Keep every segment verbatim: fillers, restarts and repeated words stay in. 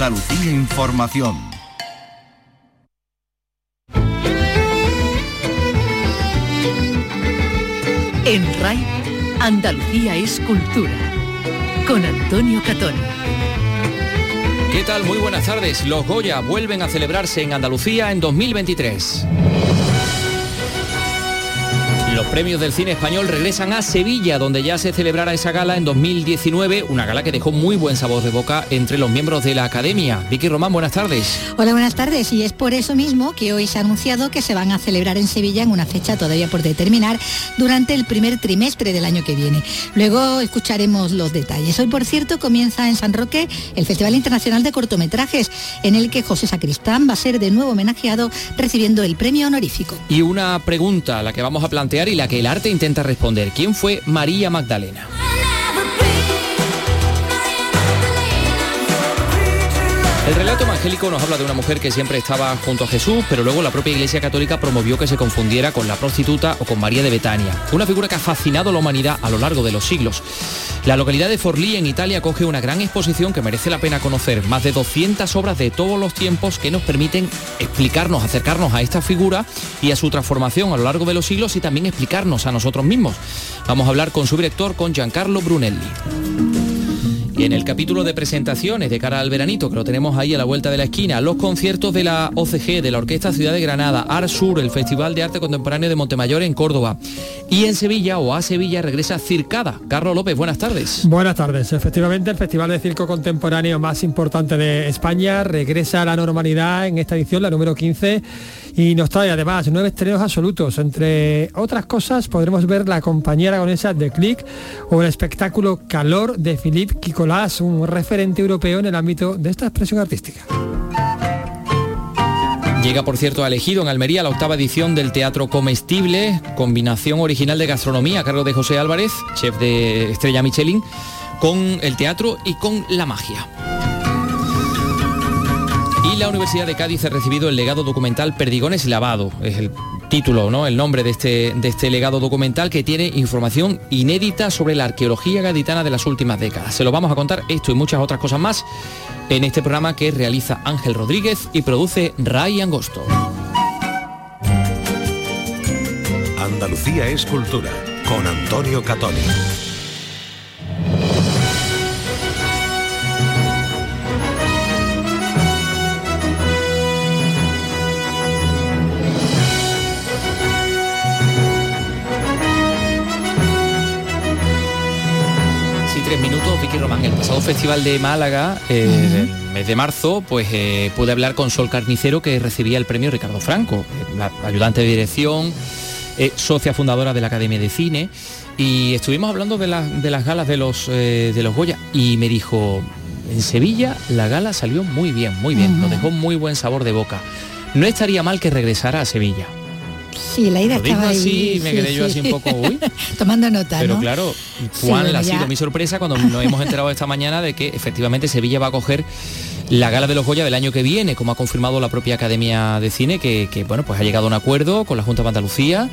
Andalucía Información. En R A I, Andalucía es cultura, con Antonio Catón. ¿Qué tal? Muy buenas tardes. Los Goya vuelven a celebrarse en Andalucía en dos mil veintitrés. Los premios del cine español regresan a Sevilla, donde ya se celebrará esa gala en dos mil diecinueve, una gala que dejó muy buen sabor de boca entre los miembros de la Academia. Vicky Román, buenas tardes. Hola, buenas tardes. Y es por eso mismo que hoy se ha anunciado que se van a celebrar en Sevilla en una fecha todavía por determinar durante el primer trimestre del año que viene. Luego escucharemos los detalles. Hoy, por cierto, comienza en San Roque el Festival Internacional de Cortometrajes, en el que José Sacristán va a ser de nuevo homenajeado recibiendo el premio honorífico. Y una pregunta, la que vamos a plantear y la que el arte intenta responder. ¿Quién fue María Magdalena? El relato evangélico nos habla de una mujer que siempre estaba junto a Jesús, pero luego la propia Iglesia Católica promovió que se confundiera con la prostituta o con María de Betania. Una figura que ha fascinado a la humanidad a lo largo de los siglos. La localidad de Forlì, en Italia, acoge una gran exposición que merece la pena conocer. Más de doscientas obras de todos los tiempos que nos permiten explicarnos, acercarnos a esta figura y a su transformación a lo largo de los siglos y también explicarnos a nosotros mismos. Vamos a hablar con su director, con Giancarlo Brunelli. Y en el capítulo de presentaciones de cara al veranito, que lo tenemos ahí a la vuelta de la esquina, los conciertos de la O C G, de la Orquesta Ciudad de Granada, Art Sur, el Festival de Arte Contemporáneo de Montemayor en Córdoba. Y en Sevilla, o a Sevilla, regresa Circada. Carlos López, buenas tardes. Buenas tardes. Efectivamente, el Festival de Circo Contemporáneo más importante de España regresa a la normalidad en esta edición, la número quince, y nos trae además nueve estrenos absolutos. Entre otras cosas, podremos ver La compañía aragonesa de Click o el espectáculo Calor de Philippe Quicolás, un referente europeo en el ámbito de esta expresión artística. Llega, por cierto, a Ejido, en Almería, la octava edición del Teatro Comestible, combinación original de gastronomía a cargo de José Álvarez, chef de Estrella Michelin, con el teatro y con la magia. Y la Universidad de Cádiz ha recibido el legado documental Perdigones Lavado. Es el título, ¿no? El nombre de este, de este legado documental, que tiene información inédita sobre la arqueología gaditana de las últimas décadas. Se lo vamos a contar, esto y muchas otras cosas más, en este programa que realiza Ángel Rodríguez y produce Ray Angosto. Andalucía es cultura, con Antonio Catón. Tres minutos, Vicky Román. El pasado Festival de Málaga, eh, uh-huh. mes de marzo, pues eh, pude hablar con Sol Carnicero, que recibía el premio Ricardo Franco, la ayudante de dirección, eh, socia fundadora de la Academia de Cine, y estuvimos hablando de, la, de las galas de los, eh, de los Goya, y me dijo, en Sevilla la gala salió muy bien, muy bien, uh-huh. nos dejó muy buen sabor de boca. No estaría mal que regresara a Sevilla. Sí, la idea lo estaba así, ahí. me sí, quedé sí. yo así un poco, uy. Tomando nota, Pero ¿no? claro, Sí, cuál bueno, ha ya. sido mi sorpresa cuando nos hemos enterado esta mañana de que efectivamente Sevilla va a coger la gala de los Goya del año que viene, como ha confirmado la propia Academia de Cine, que, que bueno, pues ha llegado a un acuerdo con la Junta de Andalucía.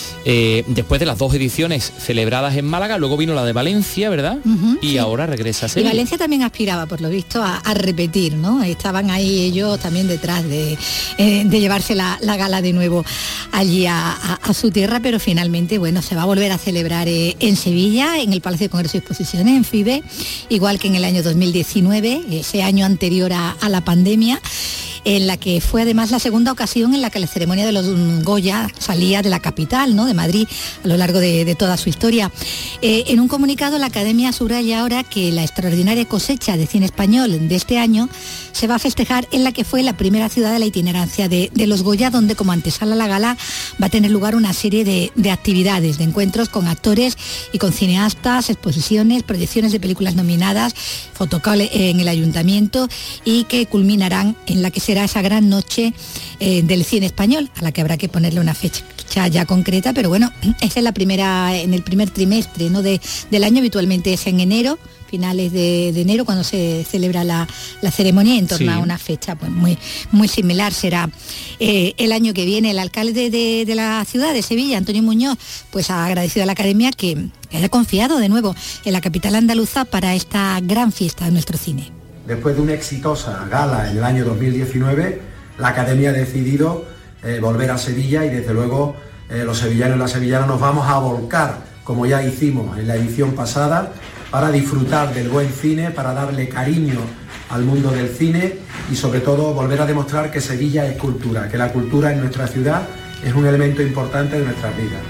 Eh, después de las dos ediciones celebradas en Málaga, luego vino la de Valencia, ¿verdad? Uh-huh, y sí. ahora regresa a Sevilla. Y Valencia también aspiraba, por lo visto, a, a repetir, ¿no? Estaban ahí ellos también detrás de, eh, de llevarse la, la gala de nuevo allí a, a, a su tierra, pero finalmente, bueno, se va a volver a celebrar eh, en Sevilla, en el Palacio de Congreso y Exposiciones, en FIBE, igual que en el año dos mil diecinueve, ese año anterior a, a la pandemia, en la que fue además la segunda ocasión en la que la ceremonia de los Goya salía de la capital, ¿no?, de Madrid, a lo largo de, de toda su historia. Eh, en un comunicado, la Academia subraya ahora que la extraordinaria cosecha de cine español de este año se va a festejar en la que fue la primera ciudad de la itinerancia de, de los Goya, donde como antesala a la gala va a tener lugar una serie de, de actividades, de encuentros con actores y con cineastas, exposiciones, proyecciones de películas nominadas, fotocall en el ayuntamiento, y que culminarán en la que será esa gran noche eh, del cine español, a la que habrá que ponerle una fecha ya concreta, pero bueno, esa es la primera, en el primer trimestre, ¿no?, de, del año. Habitualmente es en enero, finales de, de enero, cuando se celebra la, la ceremonia, en torno sí. a una fecha pues muy, muy similar será eh, el año que viene. El alcalde de, de la ciudad de Sevilla, Antonio Muñoz, pues ha agradecido a la Academia que haya confiado de nuevo en la capital andaluza para esta gran fiesta de nuestro cine. después de una exitosa gala en el año dos mil diecinueve, la Academia ha decidido eh, volver a Sevilla y desde luego eh, los sevillanos y las sevillanas nos vamos a volcar, como ya hicimos en la edición pasada, para disfrutar del buen cine, para darle cariño al mundo del cine y sobre todo volver a demostrar que Sevilla es cultura, que la cultura en nuestra ciudad es un elemento importante de nuestras vidas.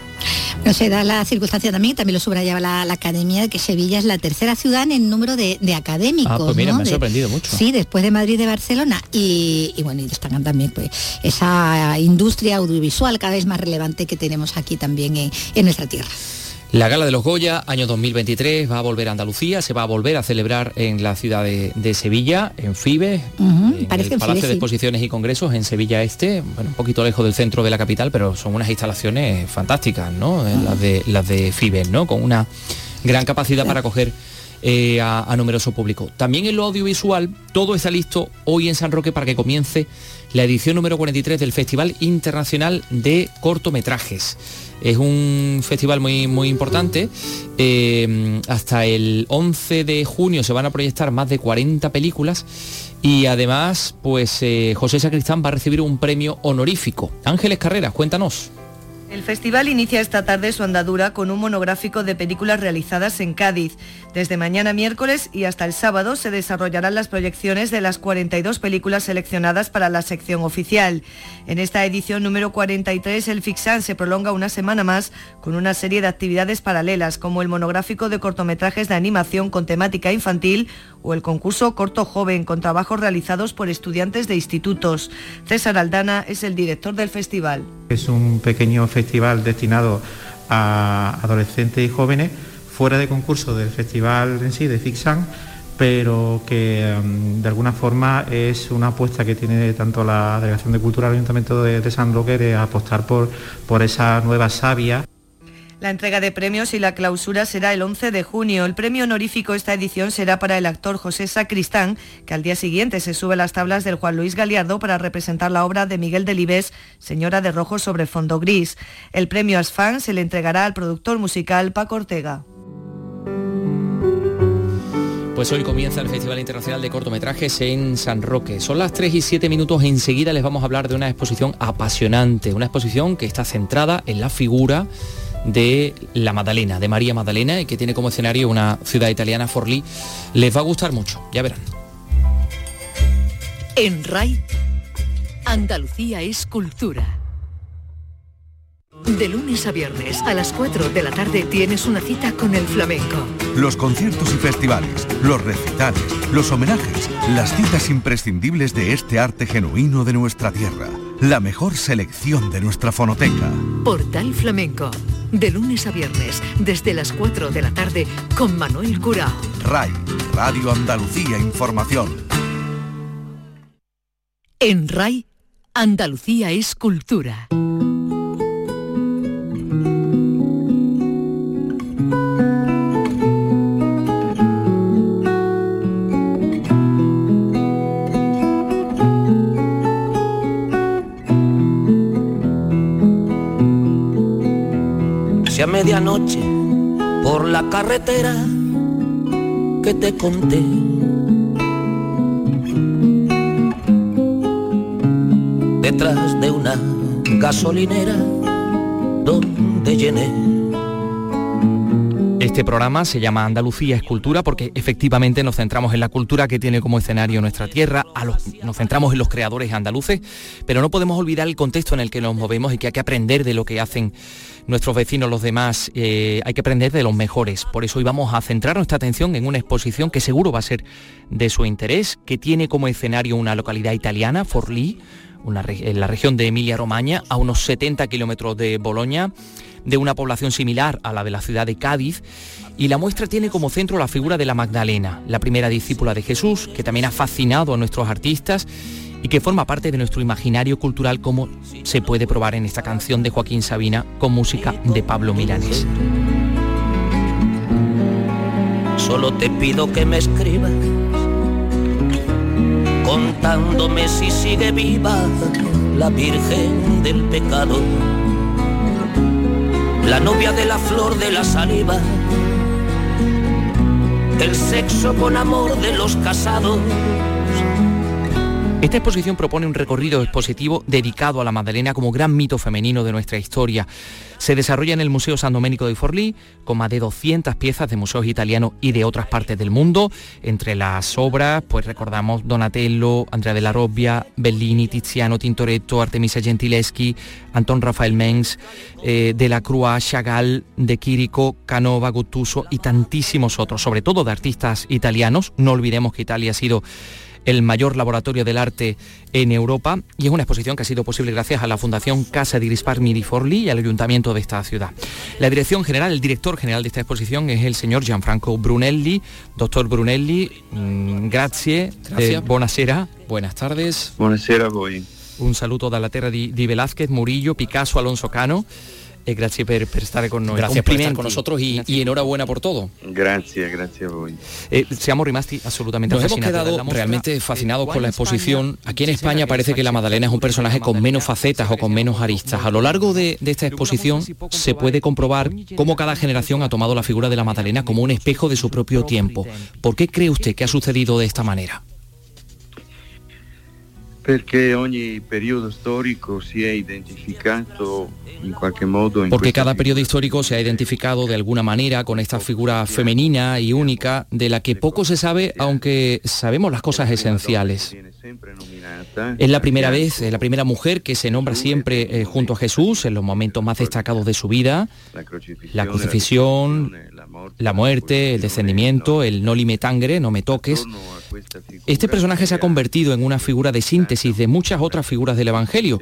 No se da la circunstancia también, también lo subrayaba la, la Academia, de que Sevilla es la tercera ciudad en el número de, de académicos. Ah, pues mira, ¿no? me ha de, sorprendido mucho. Sí, después de Madrid y de Barcelona. Y, y bueno, y destacan también pues esa industria audiovisual cada vez más relevante que tenemos aquí también en, en nuestra tierra. La Gala de los Goya, año dos mil veintitrés, va a volver a Andalucía, se va a volver a celebrar en la ciudad de, de Sevilla, en Fibes, uh-huh, en parece el en Palacio Fibes, de Exposiciones y Congresos, en Sevilla Este, bueno, un poquito lejos del centro de la capital, pero son unas instalaciones fantásticas, ¿no? Uh-huh. Las de las de Fibes, ¿no? Con una gran capacidad para acoger eh, a, a numeroso público. También en lo audiovisual, todo está listo hoy en San Roque para que comience la edición número cuarenta y tres del Festival Internacional de Cortometrajes. Es un festival muy, muy importante. Eh, hasta el once de junio se van a proyectar más de cuarenta películas y además, pues eh, José Sacristán va a recibir un premio honorífico. Ángeles Carreras, cuéntanos. El festival inicia esta tarde su andadura con un monográfico de películas realizadas en Cádiz. Desde mañana miércoles y hasta el sábado se desarrollarán las proyecciones de las cuarenta y dos películas seleccionadas para la sección oficial. En esta edición número cuarenta y tres, el FICSAN se prolonga una semana más con una serie de actividades paralelas, como el monográfico de cortometrajes de animación con temática infantil o el concurso Corto Joven, con trabajos realizados por estudiantes de institutos. César Aldana es el director del festival. Es un pequeño festival destinado a adolescentes y jóvenes, fuera de concurso del festival en sí, de FICSAN, pero que um, de alguna forma es una apuesta que tiene tanto la Delegación de Cultura del Ayuntamiento de, de San Roque, de apostar por, por esa nueva savia. La entrega de premios y la clausura será el once de junio. El premio honorífico esta edición será para el actor José Sacristán, que al día siguiente se sube a las tablas del Juan Luis Galiardo para representar la obra de Miguel Delibes, Señora de rojo sobre fondo gris. El premio Asfan se le entregará al productor musical Paco Ortega. Pues hoy comienza el Festival Internacional de Cortometrajes en San Roque. Son las tres y siete minutos, enseguida les vamos a hablar de una exposición apasionante, una exposición que está centrada en la figura de la Magdalena, de María Magdalena, y que tiene como escenario una ciudad italiana, Forlì. Les va a gustar mucho, ya verán. En R A I, Andalucía es cultura. De lunes a viernes a las cuatro de la tarde tienes una cita con el flamenco. Los conciertos y festivales, los recitales, los homenajes, las citas imprescindibles de este arte genuino de nuestra tierra. La mejor selección de nuestra fonoteca. Portal Flamenco. De lunes a viernes, desde las cuatro de la tarde, con Manuel Curao. R A I, Radio Andalucía Información. En R A I, Andalucía es cultura. A medianoche por la carretera que te conté, detrás de una gasolinera donde llené. Este programa se llama Andalucía es cultura porque efectivamente nos centramos en la cultura que tiene como escenario nuestra tierra, a los, nos centramos en los creadores andaluces, pero no podemos olvidar el contexto en el que nos movemos y que hay que aprender de lo que hacen nuestros vecinos, los demás, eh, hay que aprender de los mejores. Por eso hoy vamos a centrar nuestra atención en una exposición que seguro va a ser de su interés, que tiene como escenario una localidad italiana, Forlì, una, en la región de Emilia-Romagna, a unos setenta kilómetros de Boloña, de una población similar a la de la ciudad de Cádiz, y la muestra tiene como centro la figura de la Magdalena, la primera discípula de Jesús, que también ha fascinado a nuestros artistas y que forma parte de nuestro imaginario cultural, como se puede probar en esta canción de Joaquín Sabina con música de Pablo Milanés. Solo te pido que me escribas contándome si sigue viva la Virgen del Pecado, la novia de la flor de la saliva, el sexo con amor de los casados. Esta exposición propone un recorrido expositivo dedicado a la Madalena como gran mito femenino de nuestra historia. Se desarrolla en el Museo San Domenico di Forlì, con más de doscientas piezas de museos italianos y de otras partes del mundo. Entre las obras, pues recordamos Donatello, Andrea della Robbia, Bellini, Tiziano, Tintoretto, Artemisia Gentileschi, Anton Raphael Mengs, eh, Delacroix, Chagall, De Chirico, Canova, Guttuso y tantísimos otros, sobre todo de artistas italianos. No olvidemos que Italia ha sido el mayor laboratorio del arte en Europa, y es una exposición que ha sido posible gracias a la Fundación Casa di Risparmi di Forlì y al Ayuntamiento de esta ciudad. La dirección general, el director general de esta exposición es el señor Gianfranco Brunelli. Doctor Brunelli, mmm, grazie, Gracias. Eh, buonasera, buenas tardes. Buonasera a voi. Un saludo dalla terra di, di Velázquez, Murillo, Picasso, Alonso Cano. Eh, gracias por, por estar con nosotros. Gracias por estar con nosotros y, y enhorabuena por todo. Grazie, grazie a voi. Eh, siamo rimasti absolutamente Nos hemos fascinados. quedado La muestra, realmente fascinados con la exposición. Aquí en España parece que la Madalena es un personaje con menos facetas o con menos aristas. A lo largo de, de esta exposición se puede comprobar cómo cada generación ha tomado la figura de la Madalena como un espejo de su propio tiempo. ¿Por qué cree usted que ha sucedido de esta manera? Perché ogni periodo storico si è identificato in qualche modo. In Porque cada periodo histórico se ha identificado de alguna manera con esta figura femenina y única de la que poco se sabe, aunque sabemos las cosas esenciales. Es la primera vez, es la primera mujer que se nombra siempre eh, junto a Jesús en los momentos más destacados de su vida: la crucifixión, la muerte, el descendimiento, el noli me tangere, no me toques. Este personaje se ha convertido en una figura de síntesis de muchas otras figuras del Evangelio.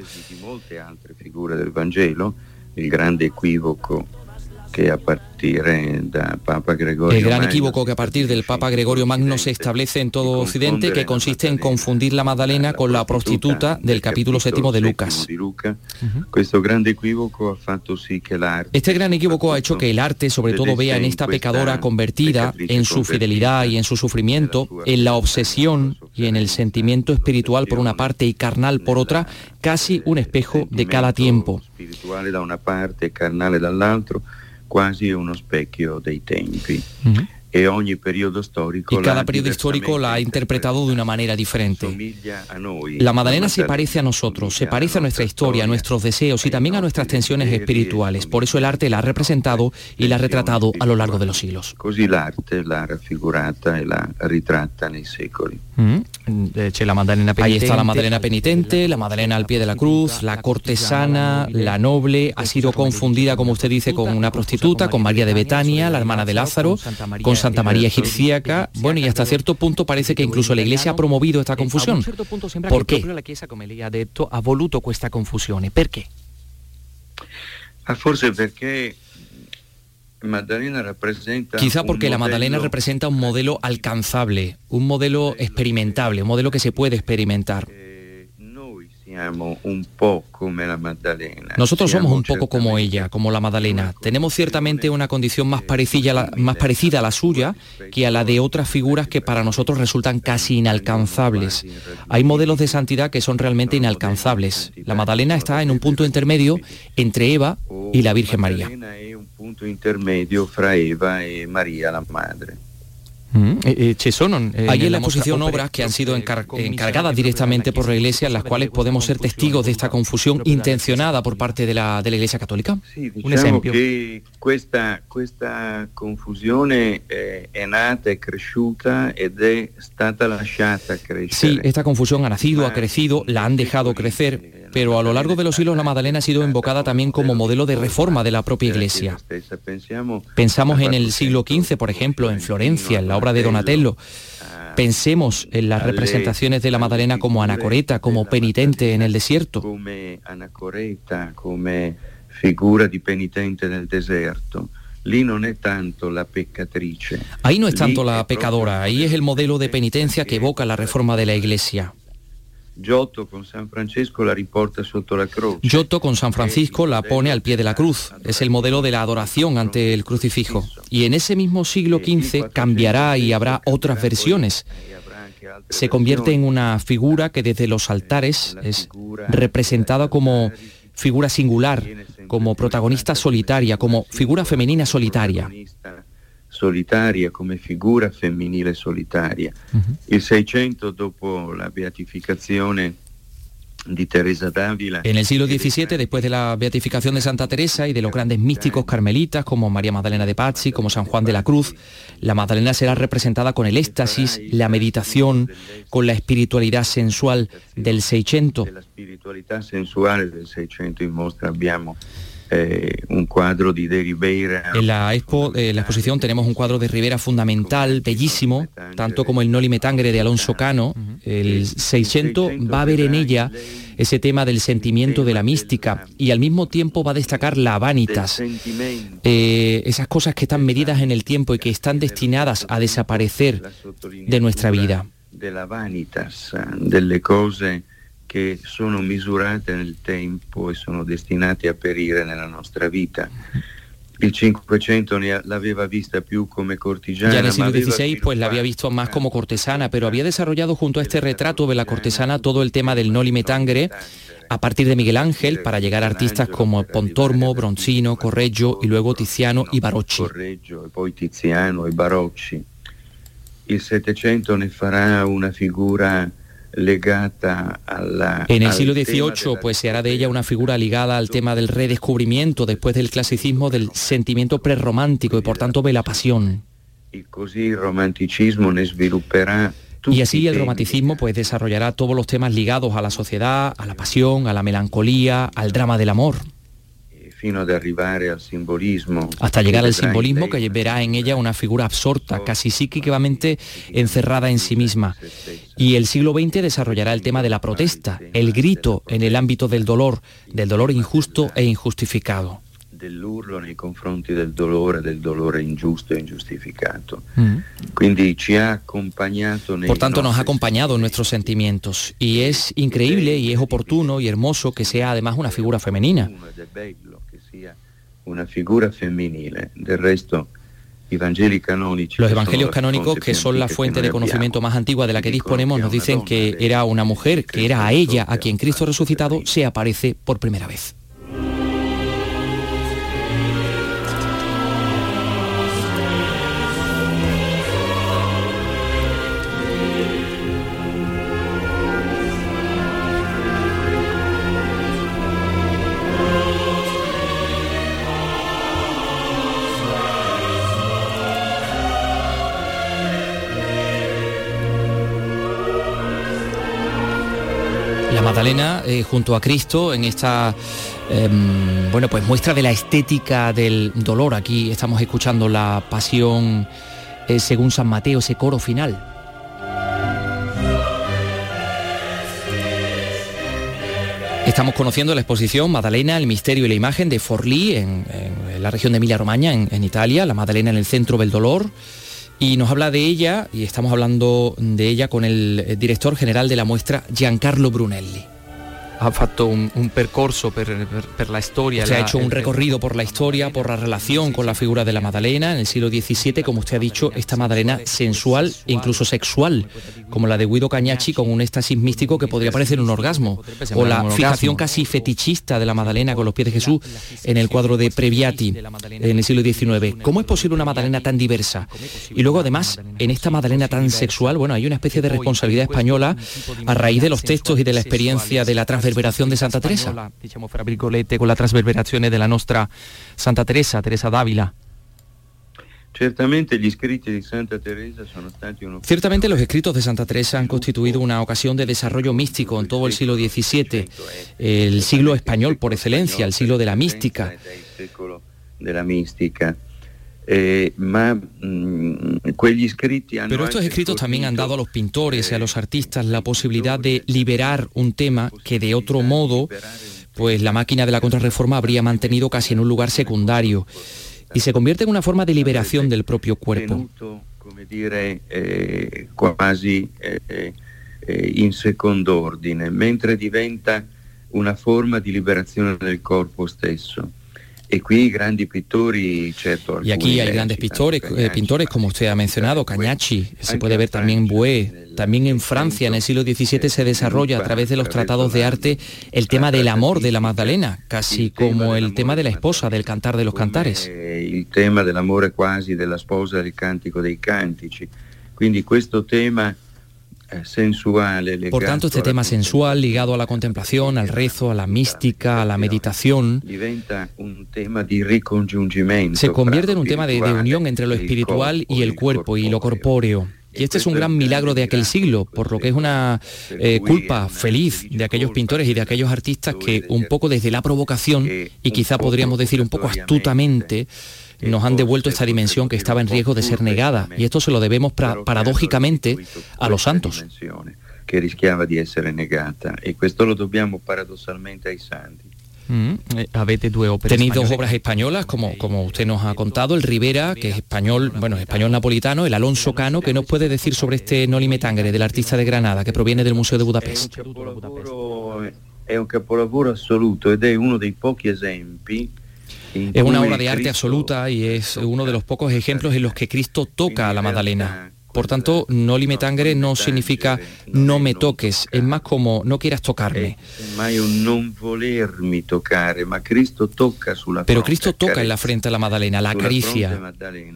El grande equívoco que a partir da Papa Gregorio El gran Magno, equívoco que a partir del Papa Gregorio Magno se establece en todo Occidente, que consiste en confundir la Magdalena con la prostituta del capítulo séptimo de Lucas. Questo grande equivoco ha fatto sì che l'arte Este gran equivoco ha hecho que el arte sobre todo vea en esta pecadora convertida, en su fidelidad y en su sufrimiento, en la obsesión y en el sentimiento espiritual por una parte y carnal por otra, casi un espejo de cada tiempo. spirituale da una parte e carnale dall'altro, quasi uno specchio dei tempi. Uh-huh. E ogni periodo storico Y cada periodo histórico la ha interpretado de una manera diferente. La Magdalena se parece a nosotros, se parece a nuestra historia, a nuestros deseos y también a nuestras tensiones espirituales. Por eso el arte la ha representado y la ha retratado a lo largo de los siglos. Così l'arte l'ha raffigurata e l'ha ritratta nei secoli. Mm. La Magdalena Ahí está la Magdalena penitente, la Magdalena al pie de la cruz, la cortesana, la noble, ha sido confundida, como usted dice, con una prostituta, con María de Betania, la hermana de Lázaro, con Santa María Egipciaca. Bueno, y hasta cierto punto parece que incluso la Iglesia ha promovido esta confusión. ¿Por qué? La Chiesa, come lei ha detto, ha voluto questa confusione. Perché? Ah, forse perché Magdalena representa Quizá porque la Magdalena modello... representa un modelo alcanzable, un modelo experimentable, un modelo que se puede experimentar. Un po' come la Maddalena. Nosotros somos un poco como ella, como la Magdalena. Tenemos ciertamente una condición más parecida, a la, más parecida a la suya que a la de otras figuras que para nosotros resultan casi inalcanzables. Hay modelos de santidad que son realmente inalcanzables. La Magdalena está en un punto intermedio entre Eva y la Virgen María. È un punto intermedio fra Eva e Maria la Madre. Mm, eh, eh, ci sono, eh, Hay en la exposición obras que han sido encar encargadas directamente por la Iglesia, en las cuales podemos ser testigos de esta confusión intencionada por parte de la, de la Iglesia Católica. Sì, Un diciamo esempio. che questa, questa confusione eh, è nata, è cresciuta ed è stata lasciata crescere. Sí, esta confusión ha nacido, ha crecido, la han dejado crecer, pero a lo largo de los siglos la Magdalena ha sido invocada también como modelo de reforma de la propia Iglesia. Pensamos en el siglo quince, por ejemplo, en Florencia, en la obra de Donatello. Pensemos en las representaciones de la Magdalena como anacoreta, como penitente en el desierto. Come anacoreta, come figura di penitente nel deserto. Lì non è tanto la peccatrice. Ahí no es tanto la pecadora, ahí es el modelo de penitencia que evoca la reforma de la Iglesia. Giotto con San Francesco la riporta sotto la croce. Giotto con San Francisco la pone al pie de la cruz. Es el modelo de la adoración ante el crucifijo. Y en ese mismo siglo quince cambiará y habrá otras versiones. Se convierte en una figura que desde los altares es representada como figura singular, como protagonista solitaria, como figura femenina solitaria. solitaria, come figura femminile solitaria. Uh-huh. Il Seicento, dopo la beatificazione de Teresa d'Ávila. En el siglo diecisiete, después de la beatificación de Santa Teresa y de los grandes místicos carmelitas como María Magdalena de Pazzi, como San Juan de la Cruz, la Magdalena será representada con el éxtasis, la meditación, con la espiritualidad sensual del Seicento. La espiritualidad sensual del Seicento in mostra abbiamo Eh, un cuadro de, de Ribera. En la expo, eh, la exposición tenemos un cuadro de Ribera fundamental, bellísimo, tanto como el Noli Me Tangere de Alonso Cano. El Seicento va a ver en ella ese tema del sentimiento, de la mística, y al mismo tiempo va a destacar la vanitas, eh, esas cosas que están medidas en el tiempo y que están destinadas a desaparecer de nuestra vida. De la vanitas, delle cose che sono misurate nel tempo e sono destinate a perire nella nostra vita. Il Cinquecento l'aveva vista più come cortigiana. Ya en el siglo dieciséis pues la había visto más como cortesana, pero había desarrollado junto a este retrato de la cortesana todo el tema del Noli Me Tangere a partir de Miguel Ángel, para llegar a artistas como Pontormo, Bronzino, Correggio y luego Tiziano y Barocci. Correggio e poi Tiziano e Barocci. Il Settecento ne farà una figura legata alla, en el siglo dieciocho pues se hará de ella una figura ligada al tema del redescubrimiento después del clasicismo, del sentimiento prerromántico y por tanto de la pasión. Y così il romanticismo ne svilupperà. Y así el romanticismo pues desarrollará todos los temas ligados a la sociedad, a la pasión, a la melancolía, al drama del amor. Fino ad arrivare al simbolismo. Hasta llegar al simbolismo, que verá en ella una figura absorta, casi psíquicamente encerrada en sí misma. Y el siglo veinte desarrollará el tema de la protesta, el grito en el ámbito del dolor, del dolor injusto e injustificado. Dell'urlo nei confronti del dolore, del dolore ingiusto e ingiustificato. Mm. Quindi ci ha acompañado nei Por tanto, nos ha acompañado en nuestros sentimientos. Y es increíble y es oportuno y hermoso que sea además una figura femenina. Una figura femminile. Del resto, los evangelios canónicos, que son la fuente de conocimiento más antigua de la que disponemos, nos dicen que era una mujer, que era a ella a quien Cristo resucitado se aparece por primera vez. La Magdalena eh, junto a Cristo en esta eh, bueno pues muestra de la estética del dolor. Aquí estamos escuchando la pasión eh, según San Mateo, ese coro final. Estamos conociendo la exposición Magdalena, el misterio y la imagen de Forlì en, en la región de Emilia-Romagna, en, en Italia. La Magdalena en el centro del dolor. Y nos habla de ella, y estamos hablando de ella con el director general de la muestra, Giancarlo Brunelli. Ha fatto un, un percorso per, per, per la historia. Se ha hecho un recorrido por la historia, por la relación con la figura de la Magdalena en el siglo diecisiete, como usted ha dicho, esta Magdalena sensual e incluso sexual, como la de Guido Cagnacci, con un éxtasis místico que podría parecer un orgasmo, o la fijación casi fetichista de la Magdalena con los pies de Jesús en el cuadro de Previati en el siglo diecinueve. ¿Cómo es posible una Magdalena tan diversa? Y luego además, en esta Magdalena tan sexual, bueno, hay una especie de responsabilidad española a raíz de los textos y de la experiencia de la transversalización Transverberación de Santa Teresa. Diciamo fra virgolette, con la trasverberazione della nostra Santa Teresa, Teresa d'Ávila. Certamente gli scritti di Santa Teresa sono stati uno... Ciertamente los escritos de Santa Teresa han constituido una ocasión de desarrollo místico en todo el siglo diecisiete, el siglo español por excelencia, el siglo de la mística. De la mística. Eh, ma, mh, Pero estos escritos también han dado a los pintores y a los artistas la posibilidad de liberar un tema que de otro modo pues la máquina de la Contrarreforma habría mantenido casi en un lugar secundario, y se convierte en una forma de liberación del propio cuerpo. Come dire, eh, quasi eh, eh, in secondo ordine, mentre diventa una forma di liberazione del corpo stesso. Y aquí grandi pittori, certo, y aquí hay grandes pintores, eh, pintores como usted ha mencionado, Cagnacci, se puede ver también Boué. También en Francia, en el siglo diecisiete, se desarrolla a través de los tratados de arte el tema del amor de la Magdalena, casi como el tema de la esposa del Cantar de los Cantares. El tema del amor quasi de la esposa del Cántico dei Cantici. Quindi questo tema sensual. Por tanto, este tema sensual, ligado a la contemplación, al rezo, a la mística, a la meditación, se convierte en un tema de, de unión entre lo espiritual y el cuerpo y lo corpóreo. Y este es un gran milagro de aquel siglo, por lo que es una eh, culpa feliz de aquellos pintores y de aquellos artistas que un poco desde la provocación, y quizá podríamos decir un poco astutamente, nos han devuelto esta dimensión que estaba en riesgo de ser negada, y esto se lo debemos pra- paradójicamente a los santos. Que rischiava di essere negata, e questo lo dobbiamo paradossalmente ai santi. Mm, Tenéis dos obras españolas, como, como usted nos ha contado, el Rivera, que es español, bueno, español napolitano, el Alonso Cano. ¿Qué nos puede decir sobre este Noli Me Tangere del artista de Granada, que proviene del Museo de Budapest? È un capolavoro, è un capolavoro assoluto ed è uno dei pochi esempi. Es una obra de arte absoluta y es uno de los pocos ejemplos en los que Cristo toca a la Magdalena. Por tanto, Noli Me Tangere no significa no me toques, es más como no quieras tocarme. Pero Cristo toca en la frente a la Magdalena, la acaricia.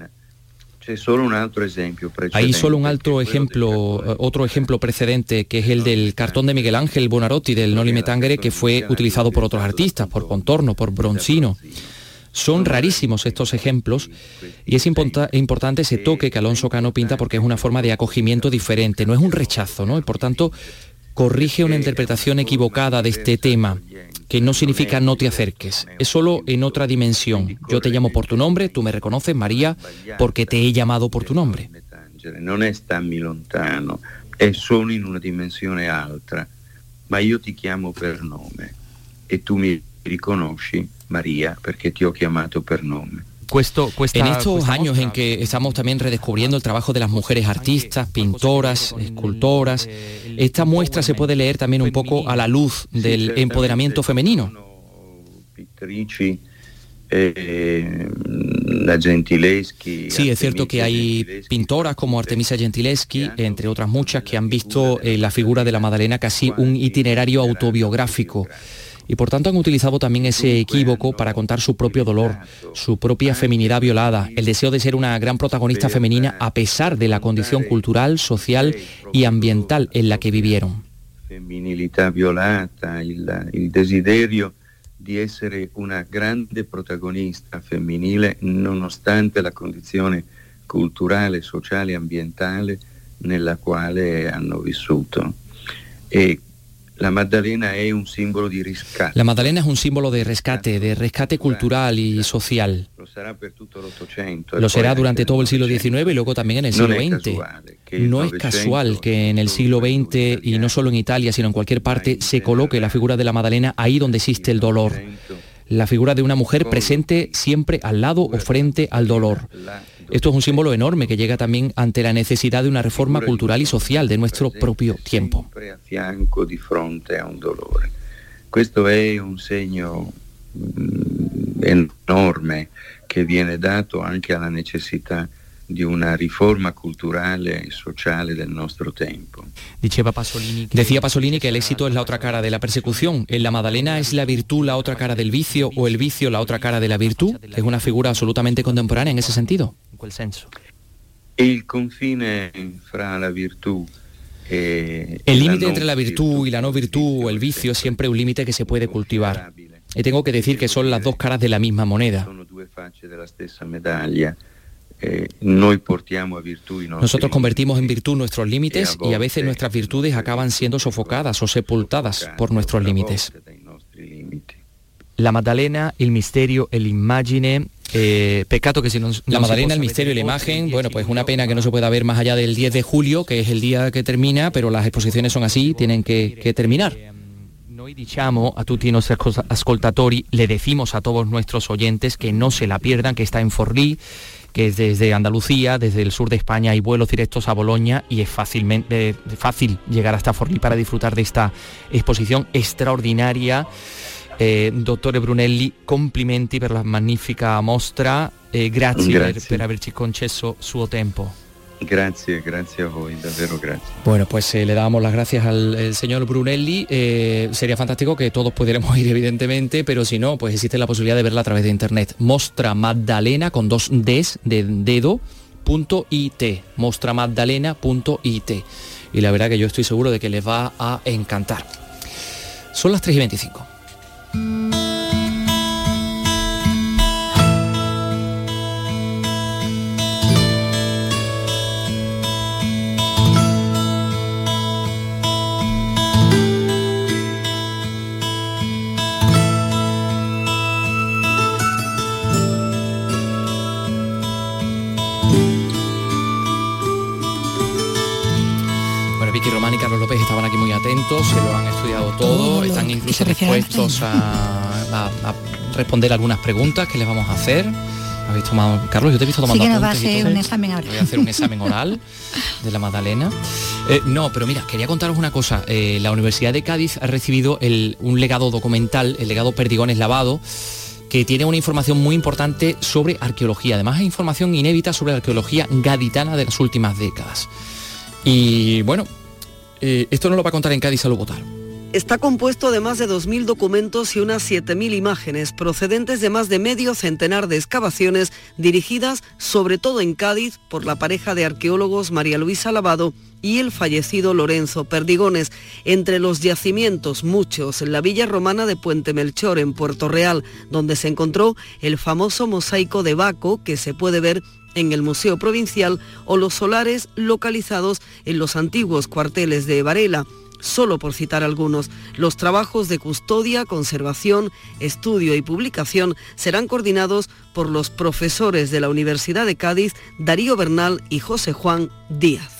Hay solo un alto ejemplo, otro ejemplo precedente, que es el del cartón de Miguel Ángel Buonarroti del Noli Me Tangere, que fue utilizado por otros artistas, por Pontorno, por Bronzino. Son rarísimos estos ejemplos y es importa- importante ese toque que Alonso Cano pinta, porque es una forma de acogimiento diferente, no es un rechazo, ¿no? Y por tanto corrige una interpretación equivocada de este tema, que no significa no te acerques, es solo en otra dimensión. Yo te llamo por tu nombre, tú me reconoces, María, porque te he llamado por tu nombre. Non è stammi lontano, è solo in una dimensione altra, ma io ti chiamo per nome e tu mi riconosci, María, porque te ho chiamato per nome. Cuesto, cuesta, en estos años en que estamos también redescubriendo el trabajo de las mujeres artistas, pintoras, escultoras, esta muestra se puede leer también un poco a la luz del empoderamiento femenino. Sí, es cierto que hay pintoras como Artemisia Gentileschi, entre otras muchas, que han visto en la figura de la Magdalena casi un itinerario autobiográfico. Y por tanto han utilizado también ese equívoco para contar su propio dolor, su propia feminidad violada, el deseo de ser una gran protagonista femenina a pesar de la condición cultural, social y ambiental en la que vivieron. Femminilità violata, il, il desiderio di essere una grande protagonista femminile nonostante la condizione culturale, sociale e ambientale nella quale hanno vissuto. E La Magdalena es un símbolo de rescate. La Magdalena es un símbolo de rescate, de rescate cultural y social. Lo será durante todo el siglo diecinueve y luego también en el siglo veinte. No es casual que en el siglo veinte, y no solo en Italia, sino en cualquier parte, se coloque la figura de la Magdalena ahí donde existe el dolor. La figura de una mujer presente siempre al lado o frente al dolor. Esto es un símbolo enorme que llega también ante la necesidad de una reforma cultural y social de nuestro propio tiempo. A fianco di fronte a un dolore. Questo è un segno enorme che viene dato anche alla necessità di una riforma culturale e sociale del nostro tempo. Decía Pasolini que el éxito es la otra cara de la persecución. ¿En la Magdalena es la virtud la otra cara del vicio o el vicio la otra cara de la virtud? Es una figura absolutamente contemporánea en ese sentido. Il confine fra la virtù e el límite entre la virtud y la no virtud o el vicio es siempre un límite que se puede cultivar. Y tengo que decir que son las dos caras de la misma moneda. Sono due facce della stessa medaglia. Eh, noi portiamo a virtù i nostri Nosotros convertimos en virtud nuestros límites y a veces nuestras virtudes acaban siendo sofocadas o sepultadas por nuestros límites. La Magdalena, el misterio, el immagine, eh, pecado que si no... La Magdalena, el misterio y la imagen, bueno, pues una pena que no se pueda ver más allá del diez de julio, que es el día que termina, pero las exposiciones son así, tienen que, que terminar. Noi diciamo a tutti i nostri ascoltatori, le decimos a todos nuestros oyentes que no se la pierdan, que está en Forlí, que es desde Andalucía, desde el sur de España, hay vuelos directos a Boloña y es fácilmente fácil llegar hasta Forlí para disfrutar de esta exposición extraordinaria Eh, dottore Brunelli, complimenti per la magnifica mostra e grazie, Grazie. Per, per averci concesso suo tempo. Grazie, grazie a voi, davvero grazie. Bueno, pues eh, le damos las gracias al el señor Brunelli. Eh, sería fantástico que todos pudiéramos ir, evidentemente, pero si no, pues existe la posibilidad de verla a través de internet. Mostra Maddalena con dos Ds de dedo punto it, mostramaddalena punto it. Y la verdad que yo estoy seguro de que les va a encantar. Son las tres y veinticinco. Vicky Román y Carlos López estaban aquí muy atentos, se lo han estudiado todo, oh, están incluso dispuestos a, a, a responder algunas preguntas que les vamos a hacer. ¿Habéis tomado, Carlos? Yo te he visto tomando sí que nos apuntes. Va a hacer y todo. un examen oral. Voy a hacer un examen oral de la Maddalena. Eh, no, pero mira, quería contaros una cosa. Eh, la Universidad de Cádiz ha recibido el, un legado documental, el legado Perdigones Lavado, que tiene una información muy importante sobre arqueología. Además, hay información inédita sobre la arqueología gaditana de las últimas décadas. Y bueno, eh, esto nos lo va a contar en Cádiz Salud Botar. Está compuesto de más de dos mil documentos y unas siete mil imágenes procedentes de más de medio centenar de excavaciones dirigidas sobre todo en Cádiz por la pareja de arqueólogos María Luisa Lavado y el fallecido Lorenzo Perdigones. Entre los yacimientos, muchos en la villa romana de Puente Melchor, en Puerto Real, donde se encontró el famoso mosaico de Baco que se puede ver en el Museo Provincial, o los solares localizados en los antiguos cuarteles de Varela. Solo por citar algunos, los trabajos de custodia, conservación, estudio y publicación serán coordinados por los profesores de la Universidad de Cádiz, Darío Bernal y José Juan Díaz.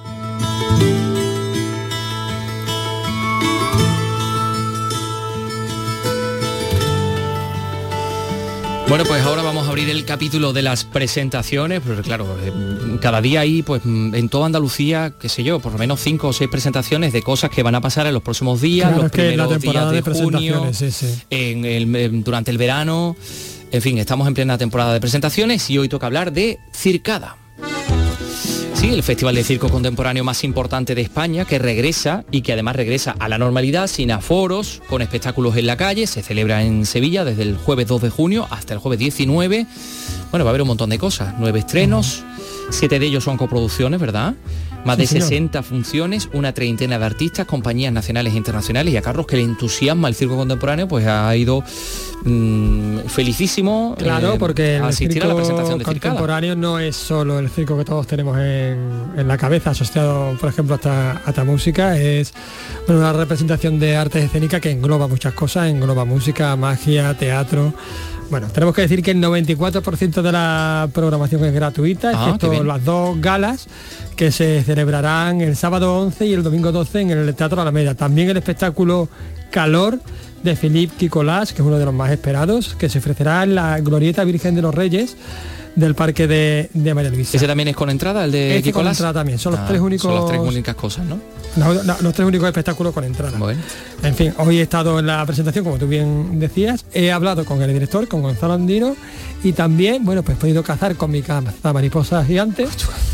Bueno, pues ahora vamos a abrir el capítulo de las presentaciones, pero claro, cada día hay, pues en toda Andalucía, qué sé yo, por lo menos cinco o seis presentaciones de cosas que van a pasar en los próximos días, claro, los primeros la días de, de junio, sí, sí. En el, en, durante el verano, en fin, estamos en plena temporada de presentaciones y hoy toca hablar de Circada. Sí, el festival de circo contemporáneo más importante de España, que regresa y que además regresa a la normalidad, sin aforos, con espectáculos en la calle. Se celebra en Sevilla desde el jueves dos de junio hasta el jueves diecinueve. Bueno, va a haber un montón de cosas, nueve estrenos, siete de ellos son coproducciones, ¿verdad? Más de sí, sesenta funciones, una treintena de artistas, compañías nacionales e internacionales, y a Carlos, que le entusiasma el circo contemporáneo, pues ha ido mmm, felicísimo. Claro, eh, porque el asistir circo a la presentación de contemporáneo Circada. No es solo el circo que todos tenemos en, en la cabeza, asociado, por ejemplo, hasta, hasta música. Es bueno, una representación de artes escénicas que engloba muchas cosas, engloba música, magia, teatro. Bueno, tenemos que decir que el noventa y cuatro por ciento de la programación es gratuita, ah, excepto las dos galas que se celebrarán el sábado once y el domingo doce en el Teatro Alameda. También el espectáculo Calor de Philippe Quicolás, que es uno de los más esperados, que se ofrecerá en la Glorieta Virgen de los Reyes del Parque de, de María Luisa. ¿Ese también es con entrada, el de este Quicolás? Con entrada también, son los ah, tres únicos... Son las tres únicas cosas, ¿no? No, no, los tres únicos espectáculos con entrada. Bueno. En fin, hoy he estado en la presentación, como tú bien decías, he hablado con el director, con Gonzalo Andino, y también, bueno, pues he podido cazar con mi caza mariposas gigantes,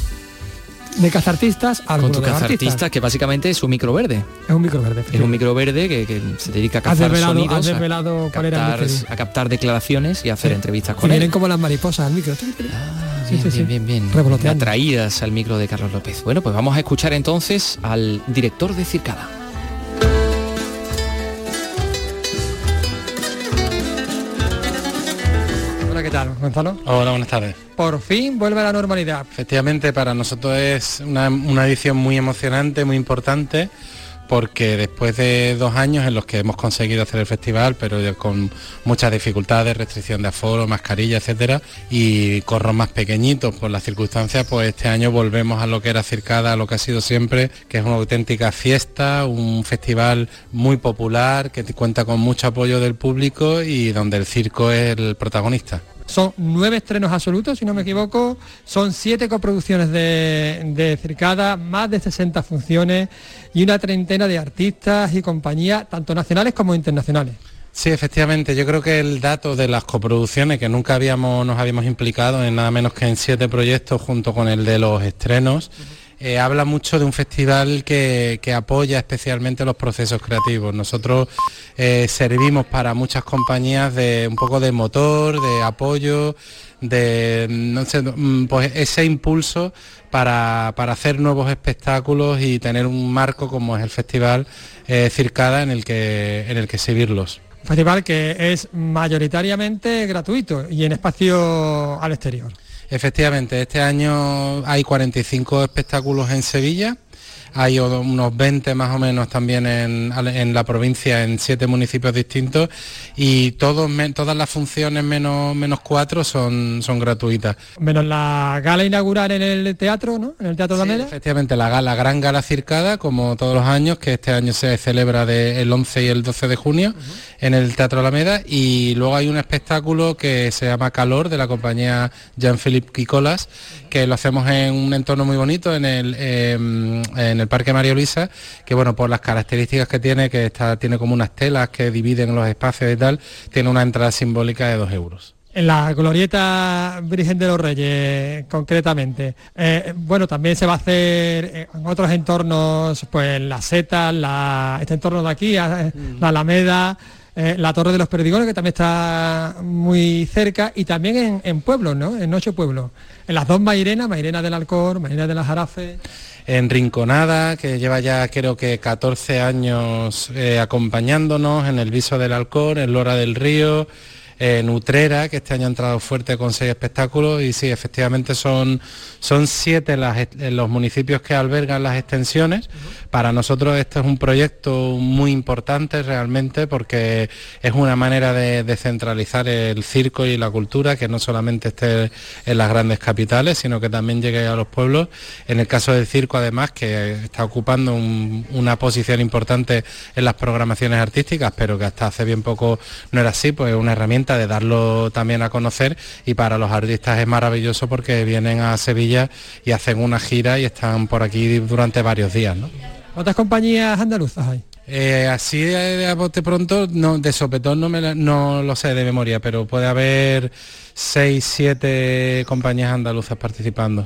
de cazartistas, con tu cazartista, que básicamente es un micro verde. Es un micro verde. Es un micro verde que, que se dedica a cazar desvelado, sonidos, desvelado a, captar, a captar declaraciones y a hacer sí. entrevistas con y él. Vienen como las mariposas al micro. Ah, bien, sí, sí, bien, bien, bien. Atraídas al micro de Carlos López. Bueno, pues vamos a escuchar entonces al director de Circada. Hola, ¿qué tal, Gonzalo? Hola, buenas tardes. Por fin vuelve a la normalidad. Efectivamente, para nosotros es una, una edición muy emocionante, muy importante, porque después de dos años en los que hemos conseguido hacer el festival, pero con muchas dificultades, restricción de aforo, mascarilla, etcétera, y corros más pequeñitos por las circunstancias, pues este año volvemos a lo que era Circada, a lo que ha sido siempre, que es una auténtica fiesta, un festival muy popular, que cuenta con mucho apoyo del público y donde el circo es el protagonista. Son nueve estrenos absolutos, si no me equivoco, son siete coproducciones de, de Circada, más de sesenta funciones y una treintena de artistas y compañías, tanto nacionales como internacionales. Sí, efectivamente, yo creo que el dato de las coproducciones, que nunca habíamos nos habíamos implicado en nada menos que en siete proyectos junto con el de los estrenos, eh, habla mucho de un festival que, que apoya especialmente los procesos creativos. Nosotros eh, servimos para muchas compañías de un poco de motor, de apoyo, de no sé, pues ese impulso para, para hacer nuevos espectáculos y tener un marco como es el Festival eh, Circada en el que en el que seguirlos. Un festival que es mayoritariamente gratuito y en espacio al exterior. Efectivamente, este año hay cuarenta y cinco espectáculos en Sevilla, hay unos veinte más o menos también en, en la provincia, en siete municipios distintos, y todos, todas las funciones menos, menos cuatro son, son gratuitas. Menos la gala inaugural en el teatro, ¿no? En el Teatro de Sí, Alameda. efectivamente, la gala, gran gala Circada, como todos los años, que este año se celebra de el once y el doce de junio uh-huh. en el Teatro Alameda, y luego hay un espectáculo que se llama Calor, de la compañía Jean-Philippe Quicolas, que lo hacemos en un entorno muy bonito, en el, eh, en el Parque María Luisa, que bueno, por las características que tiene, que está, tiene como unas telas que dividen los espacios y tal, tiene una entrada simbólica de dos euros. En la glorieta Virgen de los Reyes, concretamente, eh, bueno, también se va a hacer en otros entornos, pues las setas, la, este entorno de aquí, la Alameda, eh, la Torre de los Perdigones, que también está muy cerca, y también en, en pueblos, ¿no? En ocho pueblos. En las dos Mairenas, Mairena del Alcor, Mairena de las Jarafes. En Rinconada, que lleva ya creo que catorce años eh, acompañándonos, en el Viso del Alcor, en Lora del Río, en Utrera, que este año ha entrado fuerte con seis espectáculos, y sí, efectivamente son, son siete las, los municipios que albergan las extensiones. Uh-huh. Para nosotros este es un proyecto muy importante realmente, porque es una manera de descentralizar el circo y la cultura, que no solamente esté en las grandes capitales, sino que también llegue a los pueblos. En el caso del circo, además, que está ocupando un, una posición importante en las programaciones artísticas, pero que hasta hace bien poco no era así, pues es una herramienta de darlo también a conocer, y para los artistas es maravilloso porque vienen a Sevilla y hacen una gira y están por aquí durante varios días, ¿no? ¿Cuántas compañías andaluzas hay? Eh, así de a bote pronto, no, de sopetón no, me la, no lo sé de memoria, pero puede haber seis, siete compañías andaluzas participando.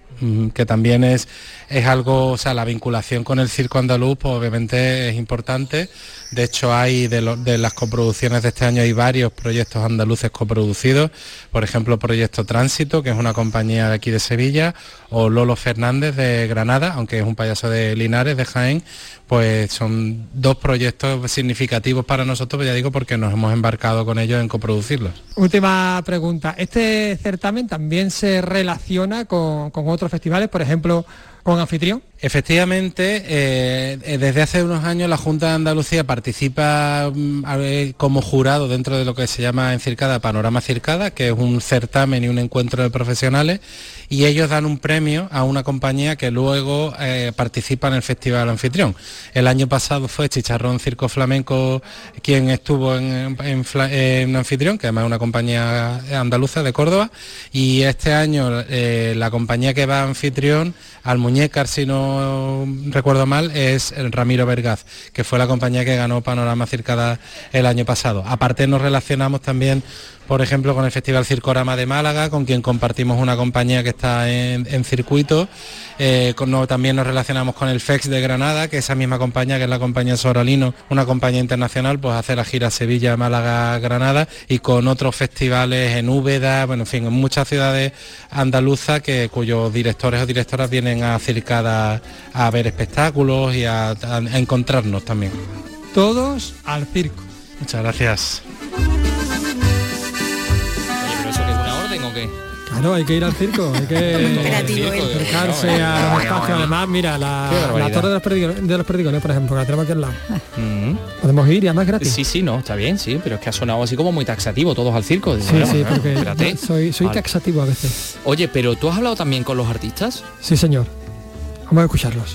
Que también es, es algo, o sea, la vinculación con el circo andaluz, pues obviamente es importante. De hecho, hay de, lo, de las coproducciones de este año hay varios proyectos andaluces coproducidos, por ejemplo, Proyecto Tránsito, que es una compañía de aquí de Sevilla, o Lolo Fernández de Granada, aunque es un payaso de Linares, de Jaén. Pues son dos proyectos significativos para nosotros, ya digo, porque nos hemos embarcado con ellos en coproducirlos. Última pregunta, ¿este certamen también se relaciona con, con otros festivales, por ejemplo, con Anfitrión? Efectivamente, eh, desde hace unos años la Junta de Andalucía participa eh, como jurado dentro de lo que se llama en Circada Panorama Circada, que es un certamen y un encuentro de profesionales, y ellos dan un premio a una compañía que luego eh, participa en el Festival Anfitrión. El año pasado fue Chicharrón Circo Flamenco quien estuvo en, en, en Anfitrión, que además es una compañía andaluza de Córdoba, y este año eh, la compañía que va a Anfitrión, Almuñécar, si no recuerdo mal, es el Ramiro Vergaz, que fue la compañía que ganó Panorama Circada el año pasado. Aparte nos relacionamos también, por ejemplo, con el Festival Circorama de Málaga, con quien compartimos una compañía que está en, en circuito. Eh, con, no, también nos relacionamos con el F E X de Granada, que esa misma compañía, que es la compañía Sorolino, una compañía internacional, pues hace la gira Sevilla, Málaga, Granada, y con otros festivales en Úbeda, bueno, en fin, en muchas ciudades andaluzas que cuyos directores o directoras vienen a Circada a ver espectáculos y a, a, a encontrarnos también. Todos al circo. Muchas gracias. Claro, hay que ir al circo, hay que acercarse a los espacios. Además, mira, la, la Torre de los, Perdigones, de los Perdigones, por ejemplo, que la tenemos aquí al lado. Mm. Podemos ir y además gratis. Sí, sí, no, está bien, sí, pero es que ha sonado así como muy taxativo, todos al circo. Sí, bueno, sí, porque espérate. soy, soy vale. taxativo a veces. Oye, pero ¿tú has hablado también con los artistas? Sí, señor. Vamos a escucharlos.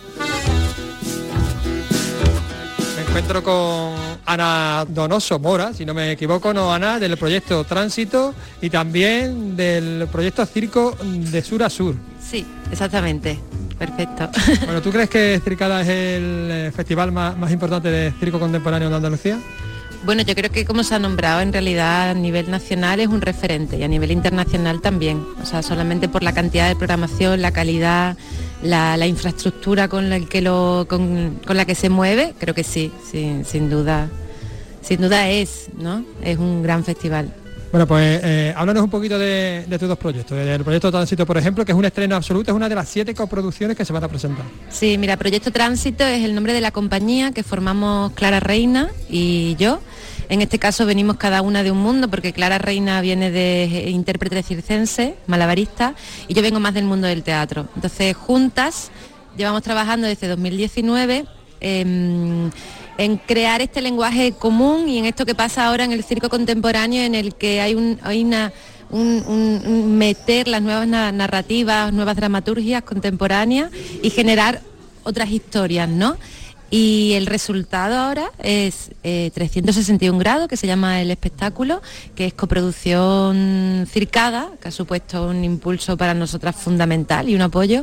Me encuentro con Ana Donoso Mora, si no me equivoco, no, Ana, del proyecto Tránsito y también del proyecto Circo de Sur a Sur. Sí, exactamente, perfecto. Bueno, ¿tú crees que Circada es el festival más, más importante de circo contemporáneo de Andalucía? Bueno, yo creo que como se ha nombrado, en realidad a nivel nacional es un referente y a nivel internacional también. O sea, solamente por la cantidad de programación, la calidad, la, la infraestructura con la que lo, con, con la que se mueve, creo que sí, sí, sin duda, sin duda es, ¿no? Es un gran festival. Bueno, pues eh, háblanos un poquito de, de tus dos proyectos. El proyecto Tránsito, por ejemplo, que es un estreno absoluto, es una de las siete coproducciones que se van a presentar. Sí, mira, Proyecto Tránsito es el nombre de la compañía que formamos Clara Reina y yo. En este caso venimos cada una de un mundo, porque Clara Reina viene de intérprete circense, malabarista, y yo vengo más del mundo del teatro. Entonces, juntas, llevamos trabajando desde dos mil diecinueve eh, en crear este lenguaje común y en esto que pasa ahora en el circo contemporáneo, en el que hay, un, hay una... Un, un, un meter las nuevas narrativas, nuevas dramaturgias contemporáneas y generar otras historias, ¿no? Y el resultado ahora es eh, trescientos sesenta y un grados, que se llama el espectáculo, que es coproducción Circada, que ha supuesto un impulso para nosotras fundamental y un apoyo,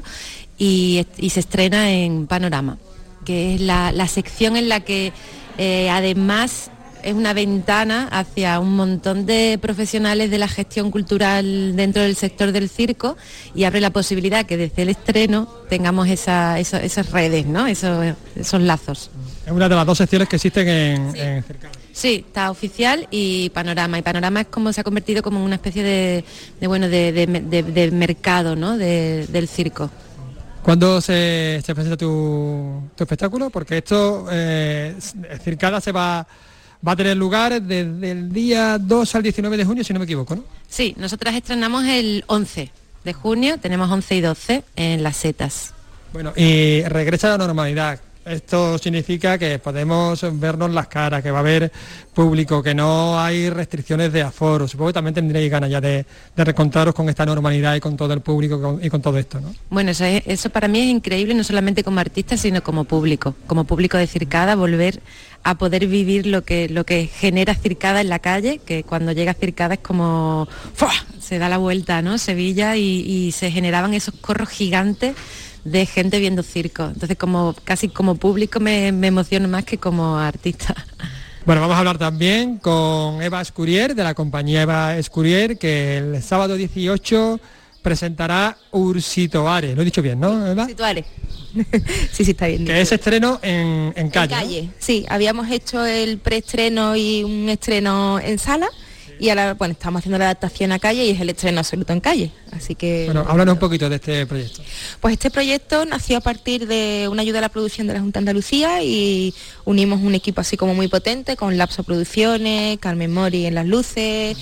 y, y se estrena en Panorama, que es la, la sección en la que eh, además es una ventana hacia un montón de profesionales de la gestión cultural dentro del sector del circo y abre la posibilidad que desde el estreno tengamos esa, esa, esas redes, ¿no? Esos, esos lazos. Es una de las dos secciones que existen en, sí. en Circada. Sí, está Oficial y Panorama. Y Panorama es como se ha convertido como una especie de, de bueno, de, de, de, de mercado, ¿no? De, del circo. ¿Cuándo se, se presenta tu, tu espectáculo? Porque esto, eh, Circada se va... Va a tener lugar desde el día dos al diecinueve de junio, si no me equivoco, ¿no? Sí, nosotras estrenamos el once de junio, tenemos once y doce en Las Setas. Bueno, y regresa a la normalidad. Esto significa que podemos vernos las caras, que va a haber público, que no hay restricciones de aforo. Supongo que también tendréis ganas ya de, de reencontraros con esta normalidad y con todo el público con, y con todo esto, ¿no? Bueno, eso, es, eso para mí es increíble, no solamente como artista, sino como público. Como público de Circada, volver a poder vivir lo que, lo que genera Circada en la calle, que cuando llega Circada es como... ¡fua! Se da la vuelta, ¿no? Sevilla y, y se generaban esos corros gigantes de gente viendo circo. Entonces, como casi como público me, me emociono más que como artista. Bueno, vamos a hablar también con Eva Escurier, de la compañía Eva Escurier, que el sábado dieciocho presentará Ursitoare. Lo he dicho bien, ¿no, Eva? Ursitoare. Sí, sí, está bien. Que es estreno en, en calle. En calle, ¿no? Sí. Habíamos hecho el preestreno y un estreno en sala. Y ahora, bueno, estamos haciendo la adaptación a calle y es el estreno absoluto en calle, así que... Bueno, háblanos un poquito de este proyecto. Pues este proyecto nació a partir de una ayuda a la producción de la Junta de Andalucía y unimos un equipo así como muy potente con Lapso Producciones, Carmen Mori en las luces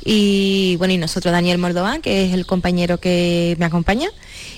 y, bueno, y nosotros Daniel Mordovan, que es el compañero que me acompaña.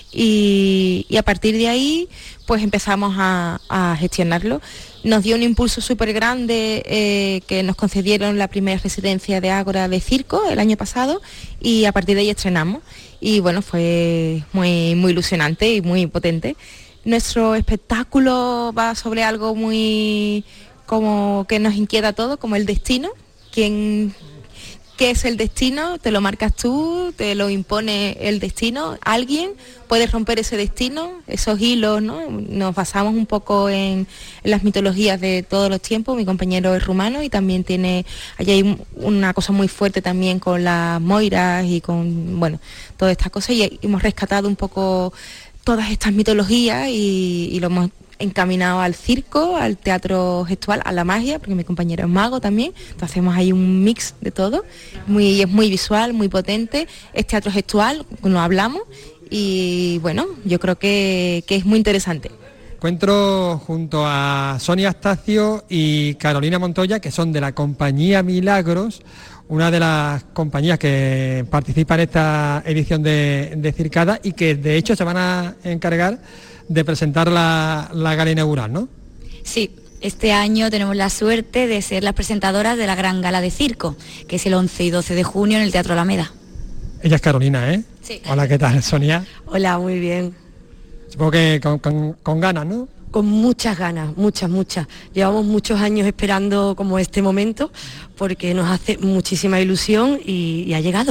Y, y a partir de ahí pues empezamos a, a gestionarlo. Nos dio un impulso súper grande eh, que nos concedieron la primera residencia de Ágora de Circo el año pasado y a partir de ahí estrenamos y bueno, fue muy, muy ilusionante y muy potente. Nuestro espectáculo va sobre algo muy como que nos inquieta a todos, como el destino. ¿Quién, ¿Qué es el destino? ¿Te lo marcas tú? ¿Te lo impone el destino? ¿Alguien puede romper ese destino? Esos hilos, ¿no? Nos basamos un poco en, en las mitologías de todos los tiempos. Mi compañero es rumano y también tiene, allí hay una cosa muy fuerte también con las moiras y con, bueno, todas estas cosas. Y hemos rescatado un poco todas estas mitologías y, y lo hemos encaminado al circo, al teatro gestual, a la magia, porque mi compañero es mago también, entonces hacemos ahí un mix de todo, muy, es muy visual, muy potente, es teatro gestual, no hablamos, y bueno, yo creo que, que es muy interesante. Encuentro junto a Sonia Astacio y Carolina Montoya, que son de la compañía Milagros, una de las compañías que participa en esta edición de, de Circada y que de hecho se van a encargar de presentar la, la gala inaugural, ¿no? Sí, este año tenemos la suerte de ser las presentadoras de la gran gala de circo, que es el once y doce de junio en el Teatro Alameda. Ella es Carolina, ¿eh? Sí. Hola, ¿qué tal, Sonia? Hola, muy bien. Supongo que con, con, con ganas, ¿no? Con muchas ganas, muchas, muchas. Llevamos muchos años esperando como este momento, porque nos hace muchísima ilusión y, y ha llegado.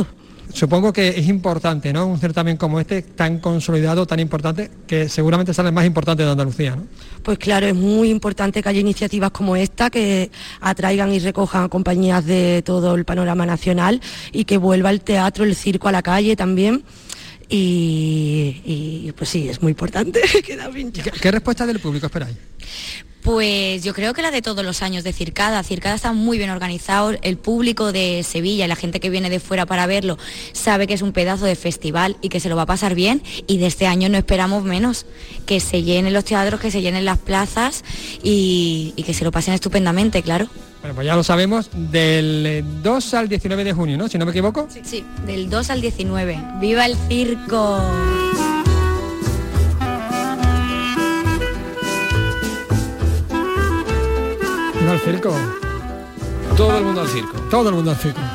Supongo que es importante, ¿no? Un certamen como este, tan consolidado, tan importante, que seguramente sale el más importante de Andalucía, ¿no? Pues claro, es muy importante que haya iniciativas como esta, que atraigan y recojan a compañías de todo el panorama nacional y que vuelva el teatro, el circo a la calle también. Y, y pues sí, es muy importante. Queda ¿Qué, ¿Qué respuesta del público esperáis? Pues yo creo que la de todos los años de Circada. Circada está muy bien organizado, el público de Sevilla y la gente que viene de fuera para verlo sabe que es un pedazo de festival y que se lo va a pasar bien, y de este año no esperamos menos, que se llenen los teatros, que se llenen las plazas y, y que se lo pasen estupendamente, claro. Bueno, pues ya lo sabemos, del dos al diecinueve de junio, ¿no? Si no me equivoco. Sí, sí, del dos al diecinueve. ¡Viva el circo! Al circo. Todo el mundo al circo. Todo el mundo al circo.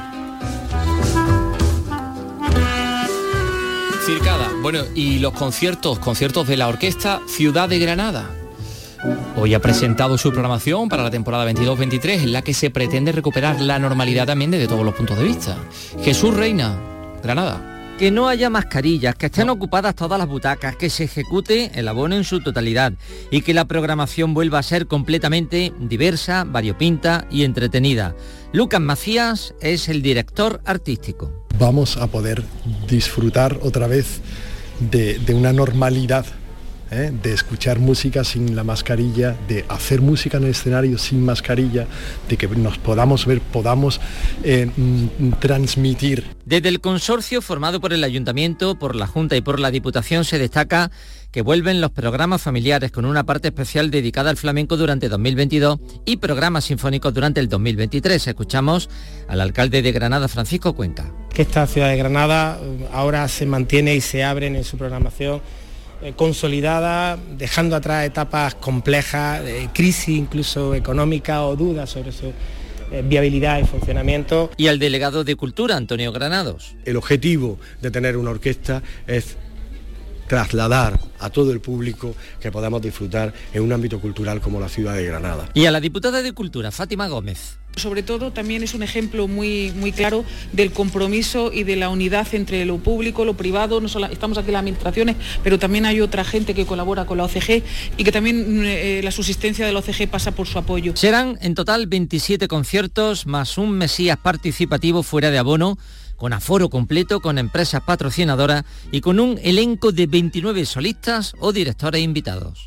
Circada. Bueno, y los conciertos, conciertos de la Orquesta Ciudad de Granada. Hoy ha presentado su programación para la temporada veintidós veintitrés, en la que se pretende recuperar la normalidad también desde todos los puntos de vista. Jesús Reina, Granada. Que no haya mascarillas, que estén ocupadas todas las butacas, que se ejecute el abono en su totalidad y que la programación vuelva a ser completamente diversa, variopinta y entretenida. Lucas Macías es el director artístico. Vamos a poder disfrutar otra vez de, de una normalidad, ¿eh? De escuchar música sin la mascarilla, de hacer música en el escenario sin mascarilla, de que nos podamos ver, podamos eh, mm, transmitir. Desde el consorcio formado por el Ayuntamiento, por la Junta y por la Diputación se destaca que vuelven los programas familiares con una parte especial dedicada al flamenco durante dos mil veintidós y programas sinfónicos durante el dos mil veintitrés. Escuchamos al alcalde de Granada, Francisco Cuenca. Que esta ciudad de Granada ahora se mantiene y se abren en su programación eh, consolidada, dejando atrás etapas complejas, de crisis incluso económica o dudas sobre su viabilidad y funcionamiento. Y al delegado de Cultura, Antonio Granados. El objetivo de tener una orquesta es trasladar a todo el público que podamos disfrutar en un ámbito cultural como la ciudad de Granada. Y a la diputada de Cultura, Fátima Gómez. Sobre todo también es un ejemplo muy, muy claro del compromiso y de la unidad entre lo público, lo privado. No solo estamos aquí las administraciones, pero también hay otra gente que colabora con la O C G y que también eh, la subsistencia de la O C G pasa por su apoyo. Serán en total veintisiete conciertos más un Mesías participativo fuera de abono, con aforo completo, con empresas patrocinadoras y con un elenco de veintinueve solistas o directores invitados.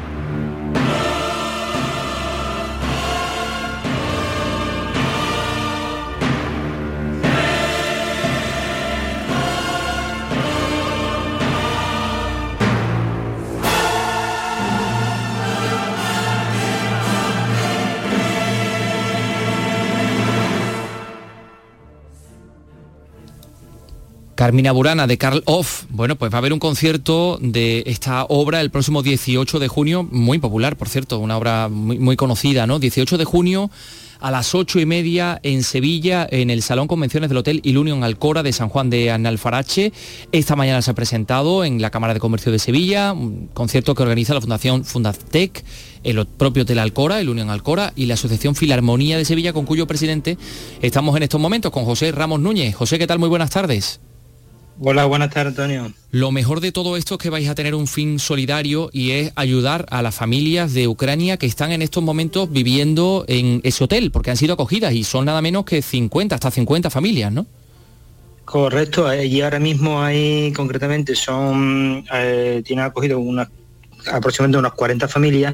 Carmina Burana, de Karl Orff. Bueno, pues va a haber un concierto de esta obra el próximo dieciocho de junio, muy popular, por cierto, una obra muy, muy conocida, ¿no? dieciocho de junio a las ocho y media en Sevilla, en el Salón Convenciones del Hotel Ilunion Alcora de San Juan de Analfarache. Esta mañana se ha presentado en la Cámara de Comercio de Sevilla, un concierto que organiza la Fundación Fundatec, el propio Hotel Alcora, el Unión Alcora y la Asociación Filarmonía de Sevilla, con cuyo presidente estamos en estos momentos, con José Ramos Núñez. José, ¿qué tal? Muy buenas tardes. Hola, buenas tardes, Antonio. Lo mejor de todo esto es que vais a tener un fin solidario y es ayudar a las familias de Ucrania que están en estos momentos viviendo en ese hotel, porque han sido acogidas y son nada menos que cincuenta, hasta cincuenta familias, ¿no? Correcto, y ahora mismo hay, concretamente, son eh, tienen acogido unas aproximadamente unas cuarenta familias,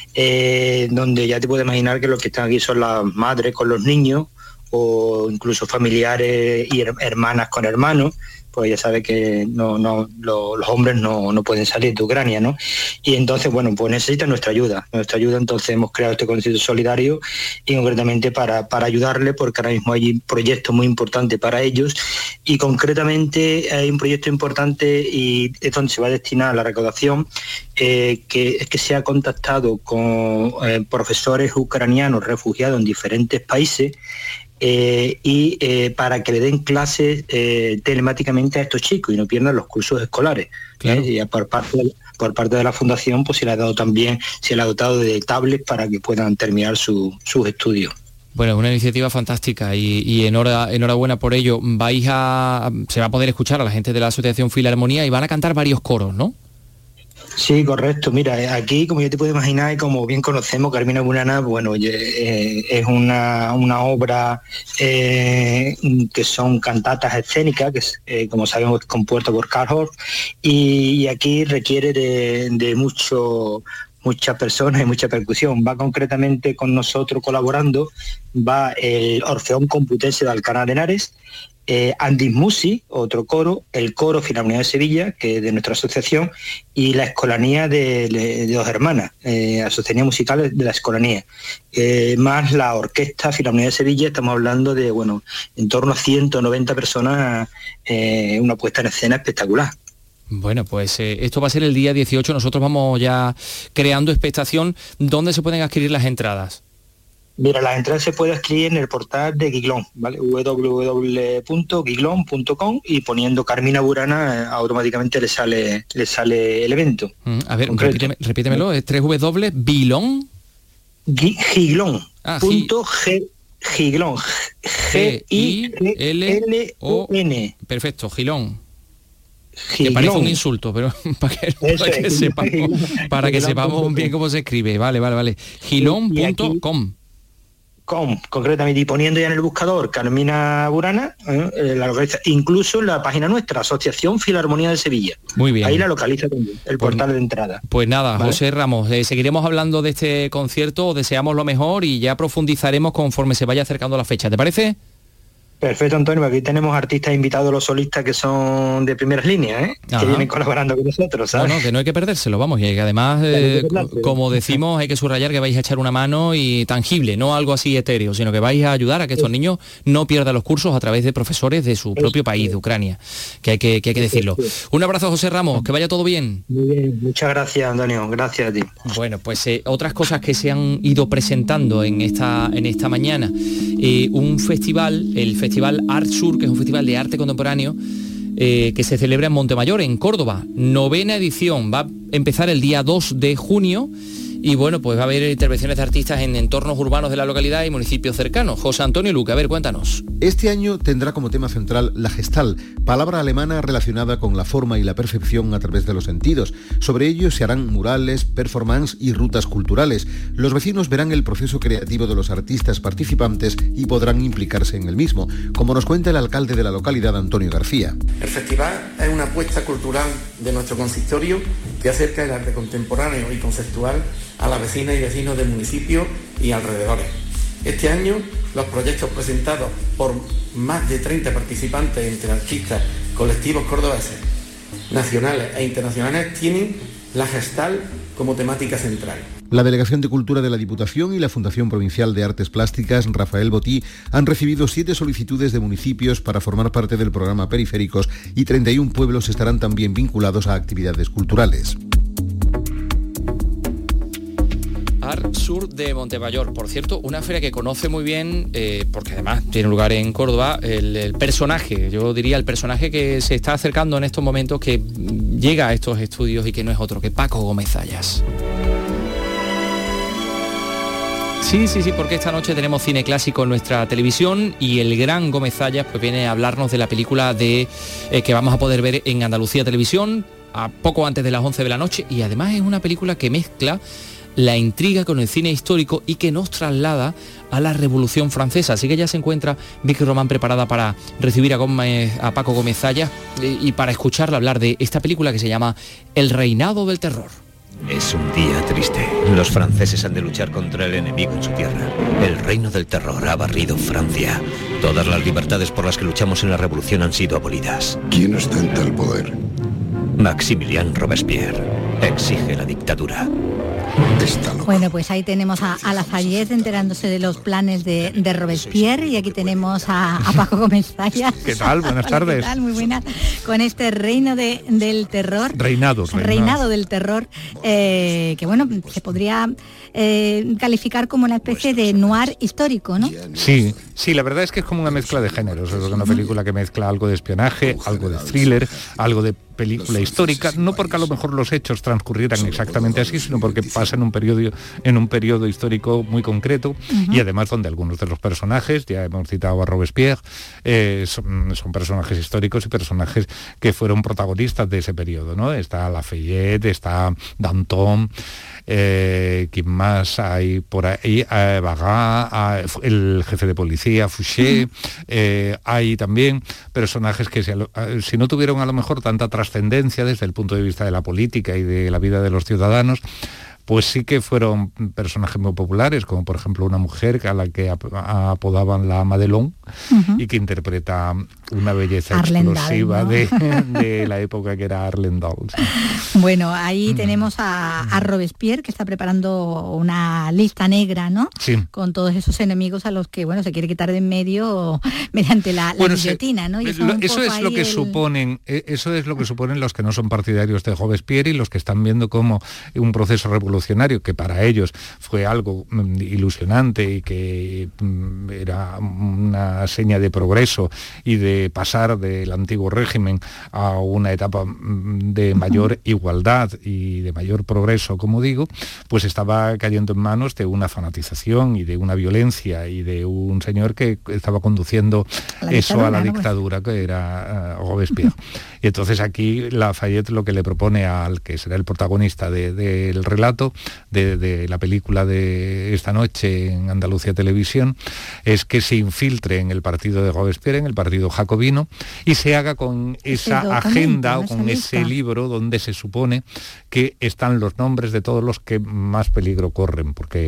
eh, donde ya te puedes imaginar que los que están aquí son las madres con los niños, o incluso familiares y hermanas con hermanos, pues ya sabe que no, no, lo, los hombres no, no pueden salir de Ucrania, ¿no? Y entonces, bueno, pues necesitan nuestra ayuda. Nuestra ayuda, entonces hemos creado este concierto solidario y concretamente para, para ayudarle, porque ahora mismo hay un proyecto muy importante para ellos y concretamente hay un proyecto importante y es donde se va a destinar la recaudación, eh, que es que se ha contactado con eh, profesores ucranianos refugiados en diferentes países, Eh, y eh, para que le den clases eh, telemáticamente a estos chicos y no pierdan los cursos escolares. Claro. ¿eh? Y por parte, de, por parte de la Fundación pues se le ha dado también, se le ha dotado de tablets para que puedan terminar su, sus estudios. Bueno, es una iniciativa fantástica y, y enhora, enhorabuena por ello. Vais a, se va a poder escuchar a la gente de la Asociación Filarmonía y van a cantar varios coros, ¿no? Sí, correcto. Mira, aquí, como ya te puedes imaginar y como bien conocemos, Carmina Burana, bueno, eh, es una, una obra eh, que son cantatas escénicas, que es, eh, como sabemos, compuesta por Carl Orff, y, y aquí requiere de, de mucho... muchas personas y mucha percusión. Va concretamente con nosotros colaborando, va el Orfeón Complutense de Alcalá de Henares, eh, Andis Musi, otro coro, el Coro Filarmonía de Sevilla, que es de nuestra asociación, y la Escolanía de, de, de Dos Hermanas, eh, Asociación Musical de la Escolanía, eh, más la Orquesta Filarmonía de Sevilla. Estamos hablando de, bueno, en torno a ciento noventa personas, eh, una puesta en escena espectacular. Bueno, pues eh, esto va a ser el día dieciocho, nosotros vamos ya creando expectación. ¿Dónde se pueden adquirir las entradas? Mira, las entradas se pueden adquirir en el portal de Giglón, ¿vale? doble u doble u doble u punto giglón punto com, y poniendo Carmina Burana eh, automáticamente le sale le sale el evento. Mm, a ver, repíteme, repítemelo, es doble u doble u doble u punto bilón. Giglón. Ah, punto G, Giglón. G I L O N. Perfecto, Gilón. Que parece un insulto, pero para que, para que sepamos, para que sepamos bien cómo se escribe. Vale, vale, vale. Gilón punto com. Com, concretamente, y poniendo ya en el buscador Carmina Burana, eh, la localiza, incluso en la página nuestra, Asociación Filarmonía de Sevilla. Muy bien. Ahí la localiza también, el pues, portal de entrada. Pues nada, ¿vale? José Ramos, eh, seguiremos hablando de este concierto, deseamos lo mejor y ya profundizaremos conforme se vaya acercando la fecha, ¿te parece? Perfecto, Antonio, aquí tenemos artistas invitados, los solistas que son de primeras líneas, ¿eh? Que vienen colaborando con nosotros, ¿sabes? No, no, que no hay que perdérselo, vamos, y que además, eh, como decimos, hay que subrayar que vais a echar una mano y tangible, no algo así etéreo, sino que vais a ayudar a que estos niños no pierdan los cursos a través de profesores de su propio país, de Ucrania, que hay que, que, hay que decirlo. Un abrazo, José Ramos, que vaya todo bien. Muy bien, muchas gracias, Antonio, gracias a ti. Bueno, pues eh, otras cosas que se han ido presentando en esta, en esta mañana, eh, un festival, el Festival Art Sur, que es un festival de arte contemporáneo eh, que se celebra en Montemayor, en Córdoba. Novena edición, va a empezar el día dos de junio y bueno, pues va a haber intervenciones de artistas en entornos urbanos de la localidad y municipios cercanos. José Antonio Luque, a ver, cuéntanos. Este año tendrá como tema central la Gestalt, palabra alemana relacionada con la forma y la percepción a través de los sentidos. Sobre ello se harán murales, performance y rutas culturales. Los vecinos verán el proceso creativo de los artistas participantes y podrán implicarse en el mismo, como nos cuenta el alcalde de la localidad, Antonio García. El festival es una apuesta cultural de nuestro consistorio que acerca el arte contemporáneo y conceptual a las vecinas y vecinos del municipio y alrededores. Este año, los proyectos presentados por más de treinta participantes entre artistas, colectivos cordobeses, nacionales e internacionales, tienen la Gestalt como temática central. La Delegación de Cultura de la Diputación y la Fundación Provincial de Artes Plásticas Rafael Botí han recibido siete solicitudes de municipios para formar parte del programa Periféricos y treinta y un pueblos estarán también vinculados a actividades culturales. Art Sur de Montemayor, por cierto, una feria que conoce muy bien, eh, porque además tiene lugar en Córdoba, el, el personaje, yo diría el personaje que se está acercando en estos momentos, que llega a estos estudios y que no es otro que Paco Gómez Zayas. Sí, sí, sí, porque esta noche tenemos cine clásico en nuestra televisión y el gran Gómez Zayas pues viene a hablarnos de la película de eh, que vamos a poder ver en Andalucía Televisión a poco antes de las once de la noche, y además es una película que mezcla la intriga con el cine histórico y que nos traslada a la Revolución Francesa. Así que ya se encuentra Vicky Román preparada para recibir a, Gómez, a Paco Gómez Zayas y, y para escucharla hablar de esta película que se llama El Reinado del Terror. Es un día triste. Los franceses han de luchar contra el enemigo en su tierra. El reino del terror ha barrido Francia. Todas las libertades por las que luchamos en la Revolución han sido abolidas. ¿Quién ostenta el poder? Maximilien Robespierre exige la dictadura. Bueno, pues ahí tenemos a, a Lafayette enterándose de los planes de, de Robespierre, y aquí tenemos a, a Paco Gómez Zayas. ¿Qué tal? Buenas tardes. ¿Qué tal? Muy buenas. Con este reino de, del terror. Reinado. Reinado, reinado del terror, eh, que bueno, se podría eh, calificar como una especie de noir histórico, ¿no? Sí, Sí, la verdad es que es como una mezcla de géneros. Es una película que mezcla algo de espionaje, algo de thriller, algo de película histórica, no porque a lo mejor los hechos transcurrieran exactamente así, sino porque pasa en un periodo, en un periodo histórico muy concreto, uh-huh. y además donde algunos de los personajes, ya hemos citado a Robespierre, eh, son, son personajes históricos y personajes que fueron protagonistas de ese periodo, ¿no? Está Lafayette, está Danton, eh, ¿quién más hay por ahí? Eh, Baga, eh, el jefe de policía, Fouché, uh-huh. eh, hay también personajes que si, si no tuvieron a lo mejor tanta trascendencia desde el punto de vista de la política y de la vida de los ciudadanos, pues sí que fueron personajes muy populares, como por ejemplo una mujer a la que apodaban la Madelón, uh-huh. y que interpreta una belleza Arlendal, explosiva, ¿no? de, de la época que era Arlendal. Sí. Bueno, ahí uh-huh. tenemos a, a Robespierre, que está preparando una lista negra, ¿no? Sí. Con todos esos enemigos a los que, bueno, se quiere quitar de en medio mediante la, la bueno, guillotina, ¿no? Y eso lo, eso es lo que el... suponen, eso es lo que suponen los que no son partidarios de Robespierre y los que están viendo como un proceso revolucionario que para ellos fue algo ilusionante y que era una seña de progreso y de pasar del antiguo régimen a una etapa de mayor igualdad y de mayor progreso, como digo, pues estaba cayendo en manos de una fanatización y de una violencia y de un señor que estaba conduciendo a eso a la dictadura, ¿no? Que era uh, Robespierre. Y entonces aquí Lafayette lo que le propone al que será el protagonista de, del relato De, de la película de esta noche en Andalucía Televisión es que se infiltre en el partido de Robespierre, en el partido jacobino, y se haga con esa agenda o con ese libro donde se supone que están los nombres de todos los que más peligro corren, porque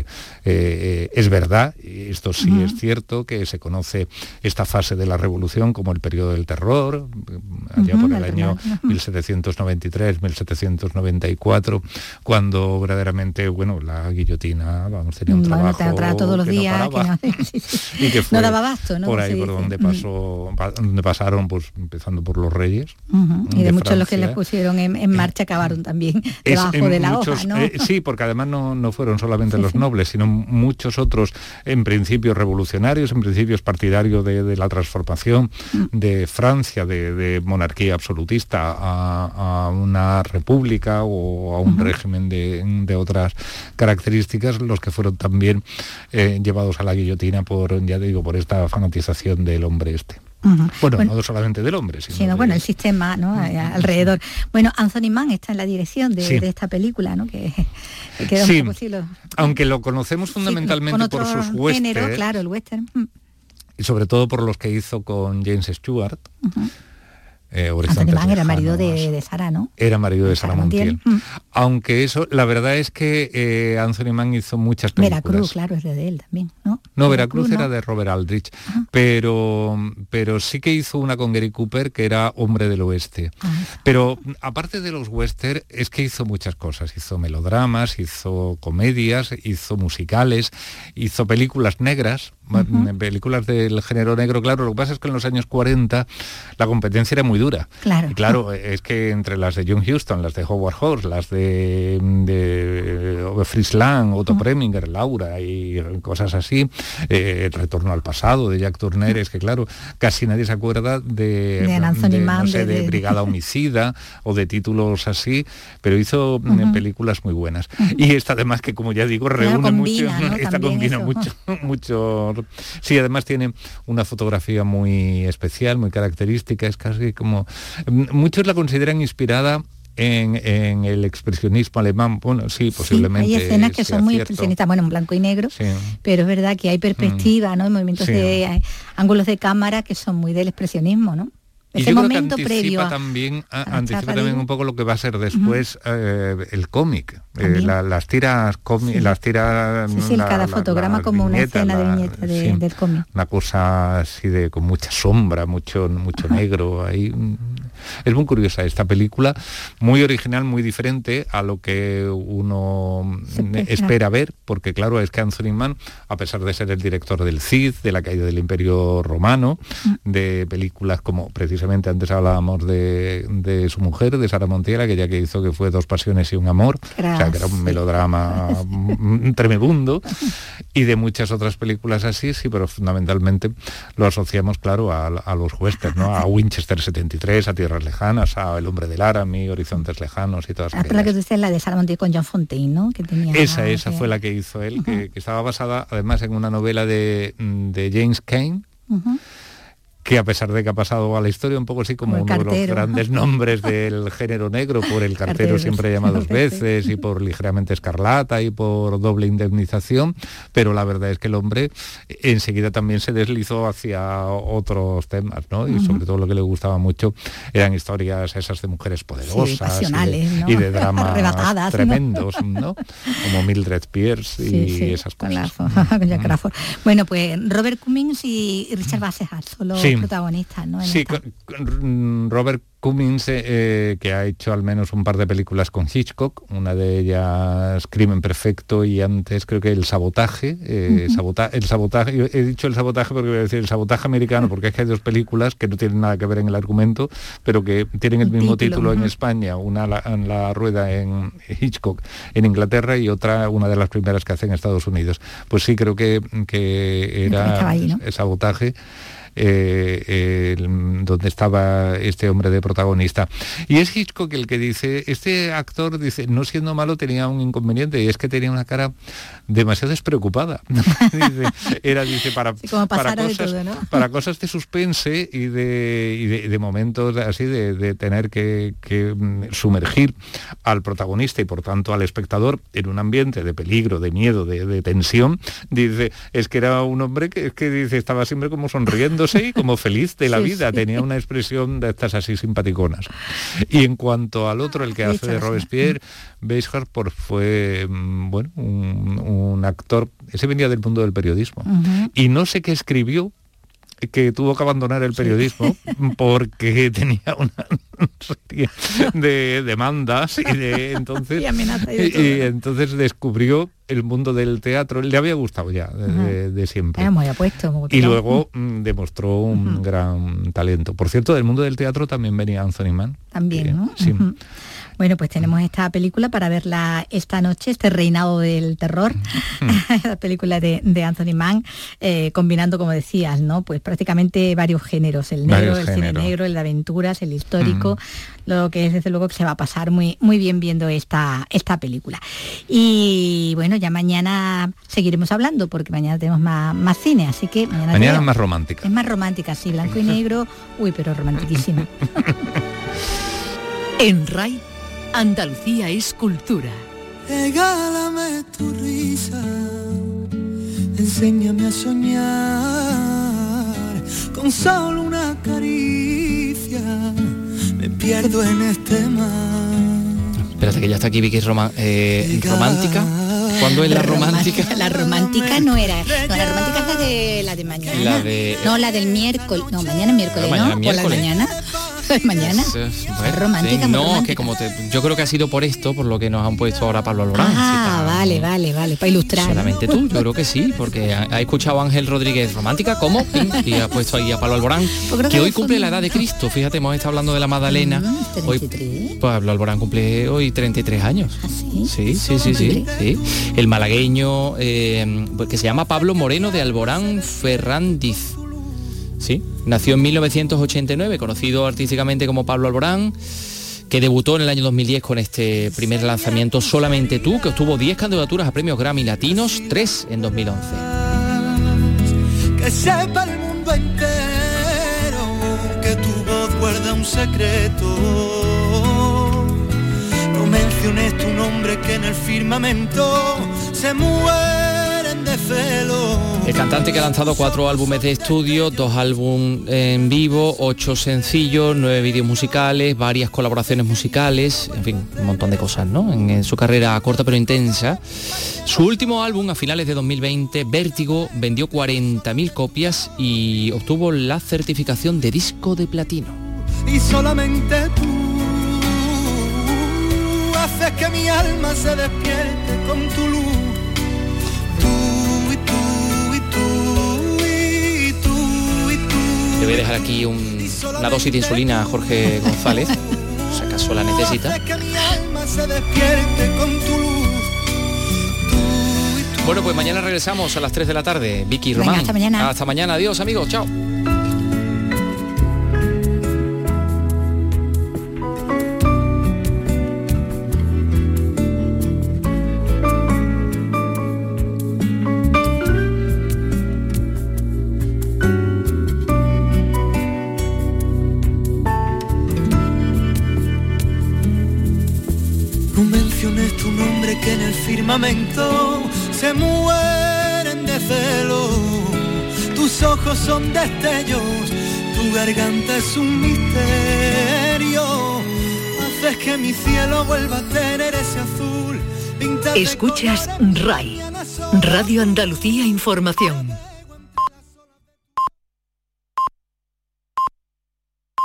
eh, es verdad, y esto sí uh-huh. es cierto, que se conoce esta fase de la revolución como el periodo del terror, allá uh-huh, por el año uh-huh. mil setecientos noventa y tres, mil setecientos noventa y cuatro, cuando verdaderamente, bueno, la guillotina, vamos, tenía un bueno, trabajo te todos los que días, no paraba, que no, sí, sí. y que fue no daba abasto, ¿no? por ahí sí, por sí. donde pasó, pa, donde pasaron, pues empezando por los reyes. Uh-huh. Y de, de muchos Francia. Los que les pusieron en, en marcha acabaron también debajo es, de la muchos, hoja, ¿no? Eh, sí, porque además no, no fueron solamente sí, los sí. nobles, sino muchos otros, en principio revolucionarios, en principios partidarios de, de la transformación uh-huh. de Francia, de, de monarquía absolutista a, a una república o a un uh-huh. régimen de, de otras características, los que fueron también eh, llevados a la guillotina por, ya digo, por esta fanatización del hombre este. Uh-huh. Bueno, bueno, no solamente del hombre, sino, sino de... bueno, el sistema, ¿no? Uh-huh. alrededor. Bueno, Anthony Mann está en la dirección de, sí. de esta película, ¿no? Que, que sí, posible... aunque lo conocemos fundamentalmente sí, por sus género, westerns, claro, el western. Y sobre todo por los que hizo con James Stewart. Uh-huh. Eh, Anthony Mann era marido de, de Sara, ¿no? Era marido de Sara Montiel. Montiel. Mm. Aunque eso, la verdad es que eh, Anthony Mann hizo muchas películas. Veracruz, claro, es de él también, ¿no? No, Veracruz, Veracruz era no. de Robert Aldrich, Ajá. pero pero sí que hizo una con Gary Cooper que era Hombre del Oeste. Ajá. Pero aparte de los western, es que hizo muchas cosas. Hizo melodramas, hizo comedias, hizo musicales, hizo películas negras, uh-huh. películas del género negro. Claro, lo que pasa es que en los años cuarenta la competencia era muy dura. Claro, y claro, es que entre las de John Huston, las de Howard Hawks, las de, de Fritz Lang, Otto uh-huh. Preminger, Laura y cosas así, eh, Retorno al pasado de Jack Turner, uh-huh. es que claro, casi nadie se acuerda de, de, Anthony de, Mann, no sé, de, de Brigada Homicida o de títulos así, pero hizo uh-huh. películas muy buenas. Uh-huh. Y esta además que, como ya digo, reúne claro, combina, mucho, ¿no? esta combina eso. mucho, mucho. Sí, además tiene una fotografía muy especial, muy característica, es casi como... Muchos la consideran inspirada en, en el expresionismo alemán. Bueno, sí, posiblemente. Sí, hay escenas que son muy cierto. expresionistas, bueno, en blanco y negro, sí. pero es verdad que hay perspectiva, mm. ¿no? Movimientos sí. de ángulos de cámara que son muy del expresionismo, ¿no? Y ese yo momento creo que previo anticipa a, también, a, a anticipa también un poco lo que va a ser después uh-huh. eh, el cómic, eh, la, las tiras cómic, sí. las tiras sí, sí, la, cada la, fotograma la, como viñeta, una escena la, de viñeta de, sí, del cómic. Una cosa así de con mucha sombra, mucho mucho negro ahí. Es muy curiosa esta película, muy original, muy diferente a lo que uno espera ver, porque claro, es que Anthony Mann, a pesar de ser el director del Cid, de La caída del Imperio Romano, de películas como precisamente antes hablábamos de, de su mujer, de Sara Montiel, aquella que hizo que fue Dos pasiones y un amor, Gracias. o sea que era un melodrama tremebundo, y de muchas otras películas así, sí, pero fundamentalmente lo asociamos, claro, a, a los westerns, ¿no? A Winchester setenta y tres, a Tierras lejanas, a El hombre del Laramie, Horizontes lejanos y todas esas. Ah, la que tú dices, la de Sara Montiel con John Fontaine, ¿no? Que tenía esa, esa que... fue la que hizo él, uh-huh. que, que estaba basada además en una novela de, de James Cain, uh-huh. que a pesar de que ha pasado a la historia un poco así como, como uno de los grandes nombres del género negro, por El cartero, cartero siempre llama dos veces, y por Ligeramente escarlata, y por Doble indemnización, pero la verdad es que el hombre enseguida también se deslizó hacia otros temas, ¿no? Y uh-huh. sobre todo lo que le gustaba mucho eran historias esas de mujeres poderosas, sí, pasionales, y, de, ¿no? y de dramas tremendos, ¿no? Como Mildred Pierce y sí, sí, esas cosas. Con Jack Crawford. Bueno, pues Robert Cummings y Richard Basehart, solo sí. protagonistas, ¿no? En sí, esta. Con, Robert Cummings, eh, que ha hecho al menos un par de películas con Hitchcock, una de ellas Crimen Perfecto y antes creo que El Sabotaje, eh, uh-huh. sabota- el sabotaje, he dicho El Sabotaje porque voy a decir El Sabotaje americano, porque es que hay dos películas que no tienen nada que ver en el argumento, pero que tienen el, el mismo título, título uh-huh. en España, una la, en la rueda en Hitchcock en Inglaterra y otra una de las primeras que hace en Estados Unidos. Pues sí, creo que, que era ahí, ¿no? El Sabotaje. Eh, eh, donde estaba este hombre de protagonista. Y es Hitchcock el que dice, este actor, dice, no siendo malo tenía un inconveniente, y es que tenía una cara demasiado despreocupada. dice, era, dice, para, sí, para, cosas, de todo, ¿no? para cosas de suspense y de, y de, de momentos así de, de tener que, que sumergir al protagonista y por tanto al espectador en un ambiente de peligro, de miedo, de, de tensión. Dice, es que era un hombre que, que dice, estaba siempre como sonriendo y como feliz de la sí, vida, sí. tenía una expresión de estas así simpaticonas. Y en cuanto al otro, el que hace de Robespierre, Basehart, pues fue bueno, un, un actor, ese venía del mundo del periodismo, uh-huh. y no sé qué escribió, que tuvo que abandonar el periodismo porque tenía una serie de demandas y de entonces y, amenaza y, de todo, y entonces descubrió el mundo del teatro, le había gustado ya de, uh-huh. de, de siempre. Era muy apuesto, muy y luego uh-huh. demostró un uh-huh. gran talento. Por cierto, del mundo del teatro también venía Anthony Mann. También, que, ¿no? Sí. Uh-huh. Bueno, pues tenemos esta película para verla esta noche, este reinado del terror, la película de, de Anthony Mann, eh, combinando, como decías, ¿no? Pues prácticamente varios géneros, el negro, varios el géneros. Cine negro, el de aventuras, el histórico, mm. lo que es desde luego que se va a pasar muy, muy bien viendo esta, esta película. Y bueno, ya mañana seguiremos hablando, porque mañana tenemos más, más cine, así que mañana... Mañana es más romántica. Es más romántica, sí, blanco y negro, uy, pero romantiquísima. En RAI, Andalucía es cultura. Regálame tu risa, enséñame a soñar, con solo una caricia me pierdo en este mar. Espérate que ya está aquí Vicky Roma, eh, romántica. ¿Cuándo es la, la romántica? romántica? La romántica no era, no, la romántica es la de la de mañana. La de, no, la del miércoles, no, mañana es miércoles, no, ¿no? Miércoles. Por la mañana. Mañana es, bueno, romántica, sí, no, romántica. que como te, yo creo que ha sido por esto, por lo que nos han puesto ahora Pablo Alborán. Ah, sí, vale, vale, vale, para ilustrar. Solamente tú, yo creo que sí, porque ha, ha escuchado a Ángel Rodríguez romántica, ¿cómo? Y ha puesto ahí a Pablo Alborán, pues que hoy cumple la edad de Cristo. Fíjate, hemos estado hablando de la Magdalena. Mm, hoy, Pablo Alborán cumple hoy treinta y tres años. ¿Ah, sí? Sí, sí, sí, sí, sí. El malagueño eh, que se llama Pablo Moreno de Alborán Ferrandiz. Sí, nació en mil novecientos ochenta y nueve, conocido artísticamente como Pablo Alborán, que debutó en el año dos mil diez con este primer lanzamiento Solamente tú, que obtuvo diez candidaturas a premios Grammy Latinos, tres en dos mil once. Que sepa el mundo entero que tu voz guarda un secreto. No menciones tu nombre que en el firmamento se mueren de celo. El cantante que ha lanzado cuatro álbumes de estudio, dos álbumes en vivo, ocho sencillos, nueve vídeos musicales, varias colaboraciones musicales, en fin, un montón de cosas, ¿no? En, en su carrera corta pero intensa. Su último álbum, a finales de dos mil veinte, Vértigo, vendió cuarenta mil copias y obtuvo la certificación de disco de platino. y solamente tú haces que mi alma se despierte con tu luz. Tú y tú y tú y tú y tú. Te voy a dejar aquí un, una dosis de insulina a Jorge González, si acaso la necesita. Haces que mi alma se despierte con tu luz. Bueno, pues mañana regresamos a las tres de la tarde. Vicky y Román. Venga, hasta mañana. Hasta mañana. Adiós, amigos. Chao. No menciones tu nombre que en el firmamento se mueren de celo. Tus ojos son destellos, tu garganta es un misterio. Haces que mi cielo vuelva a tener ese azul. Escuchas R A I, Radio Andalucía Información.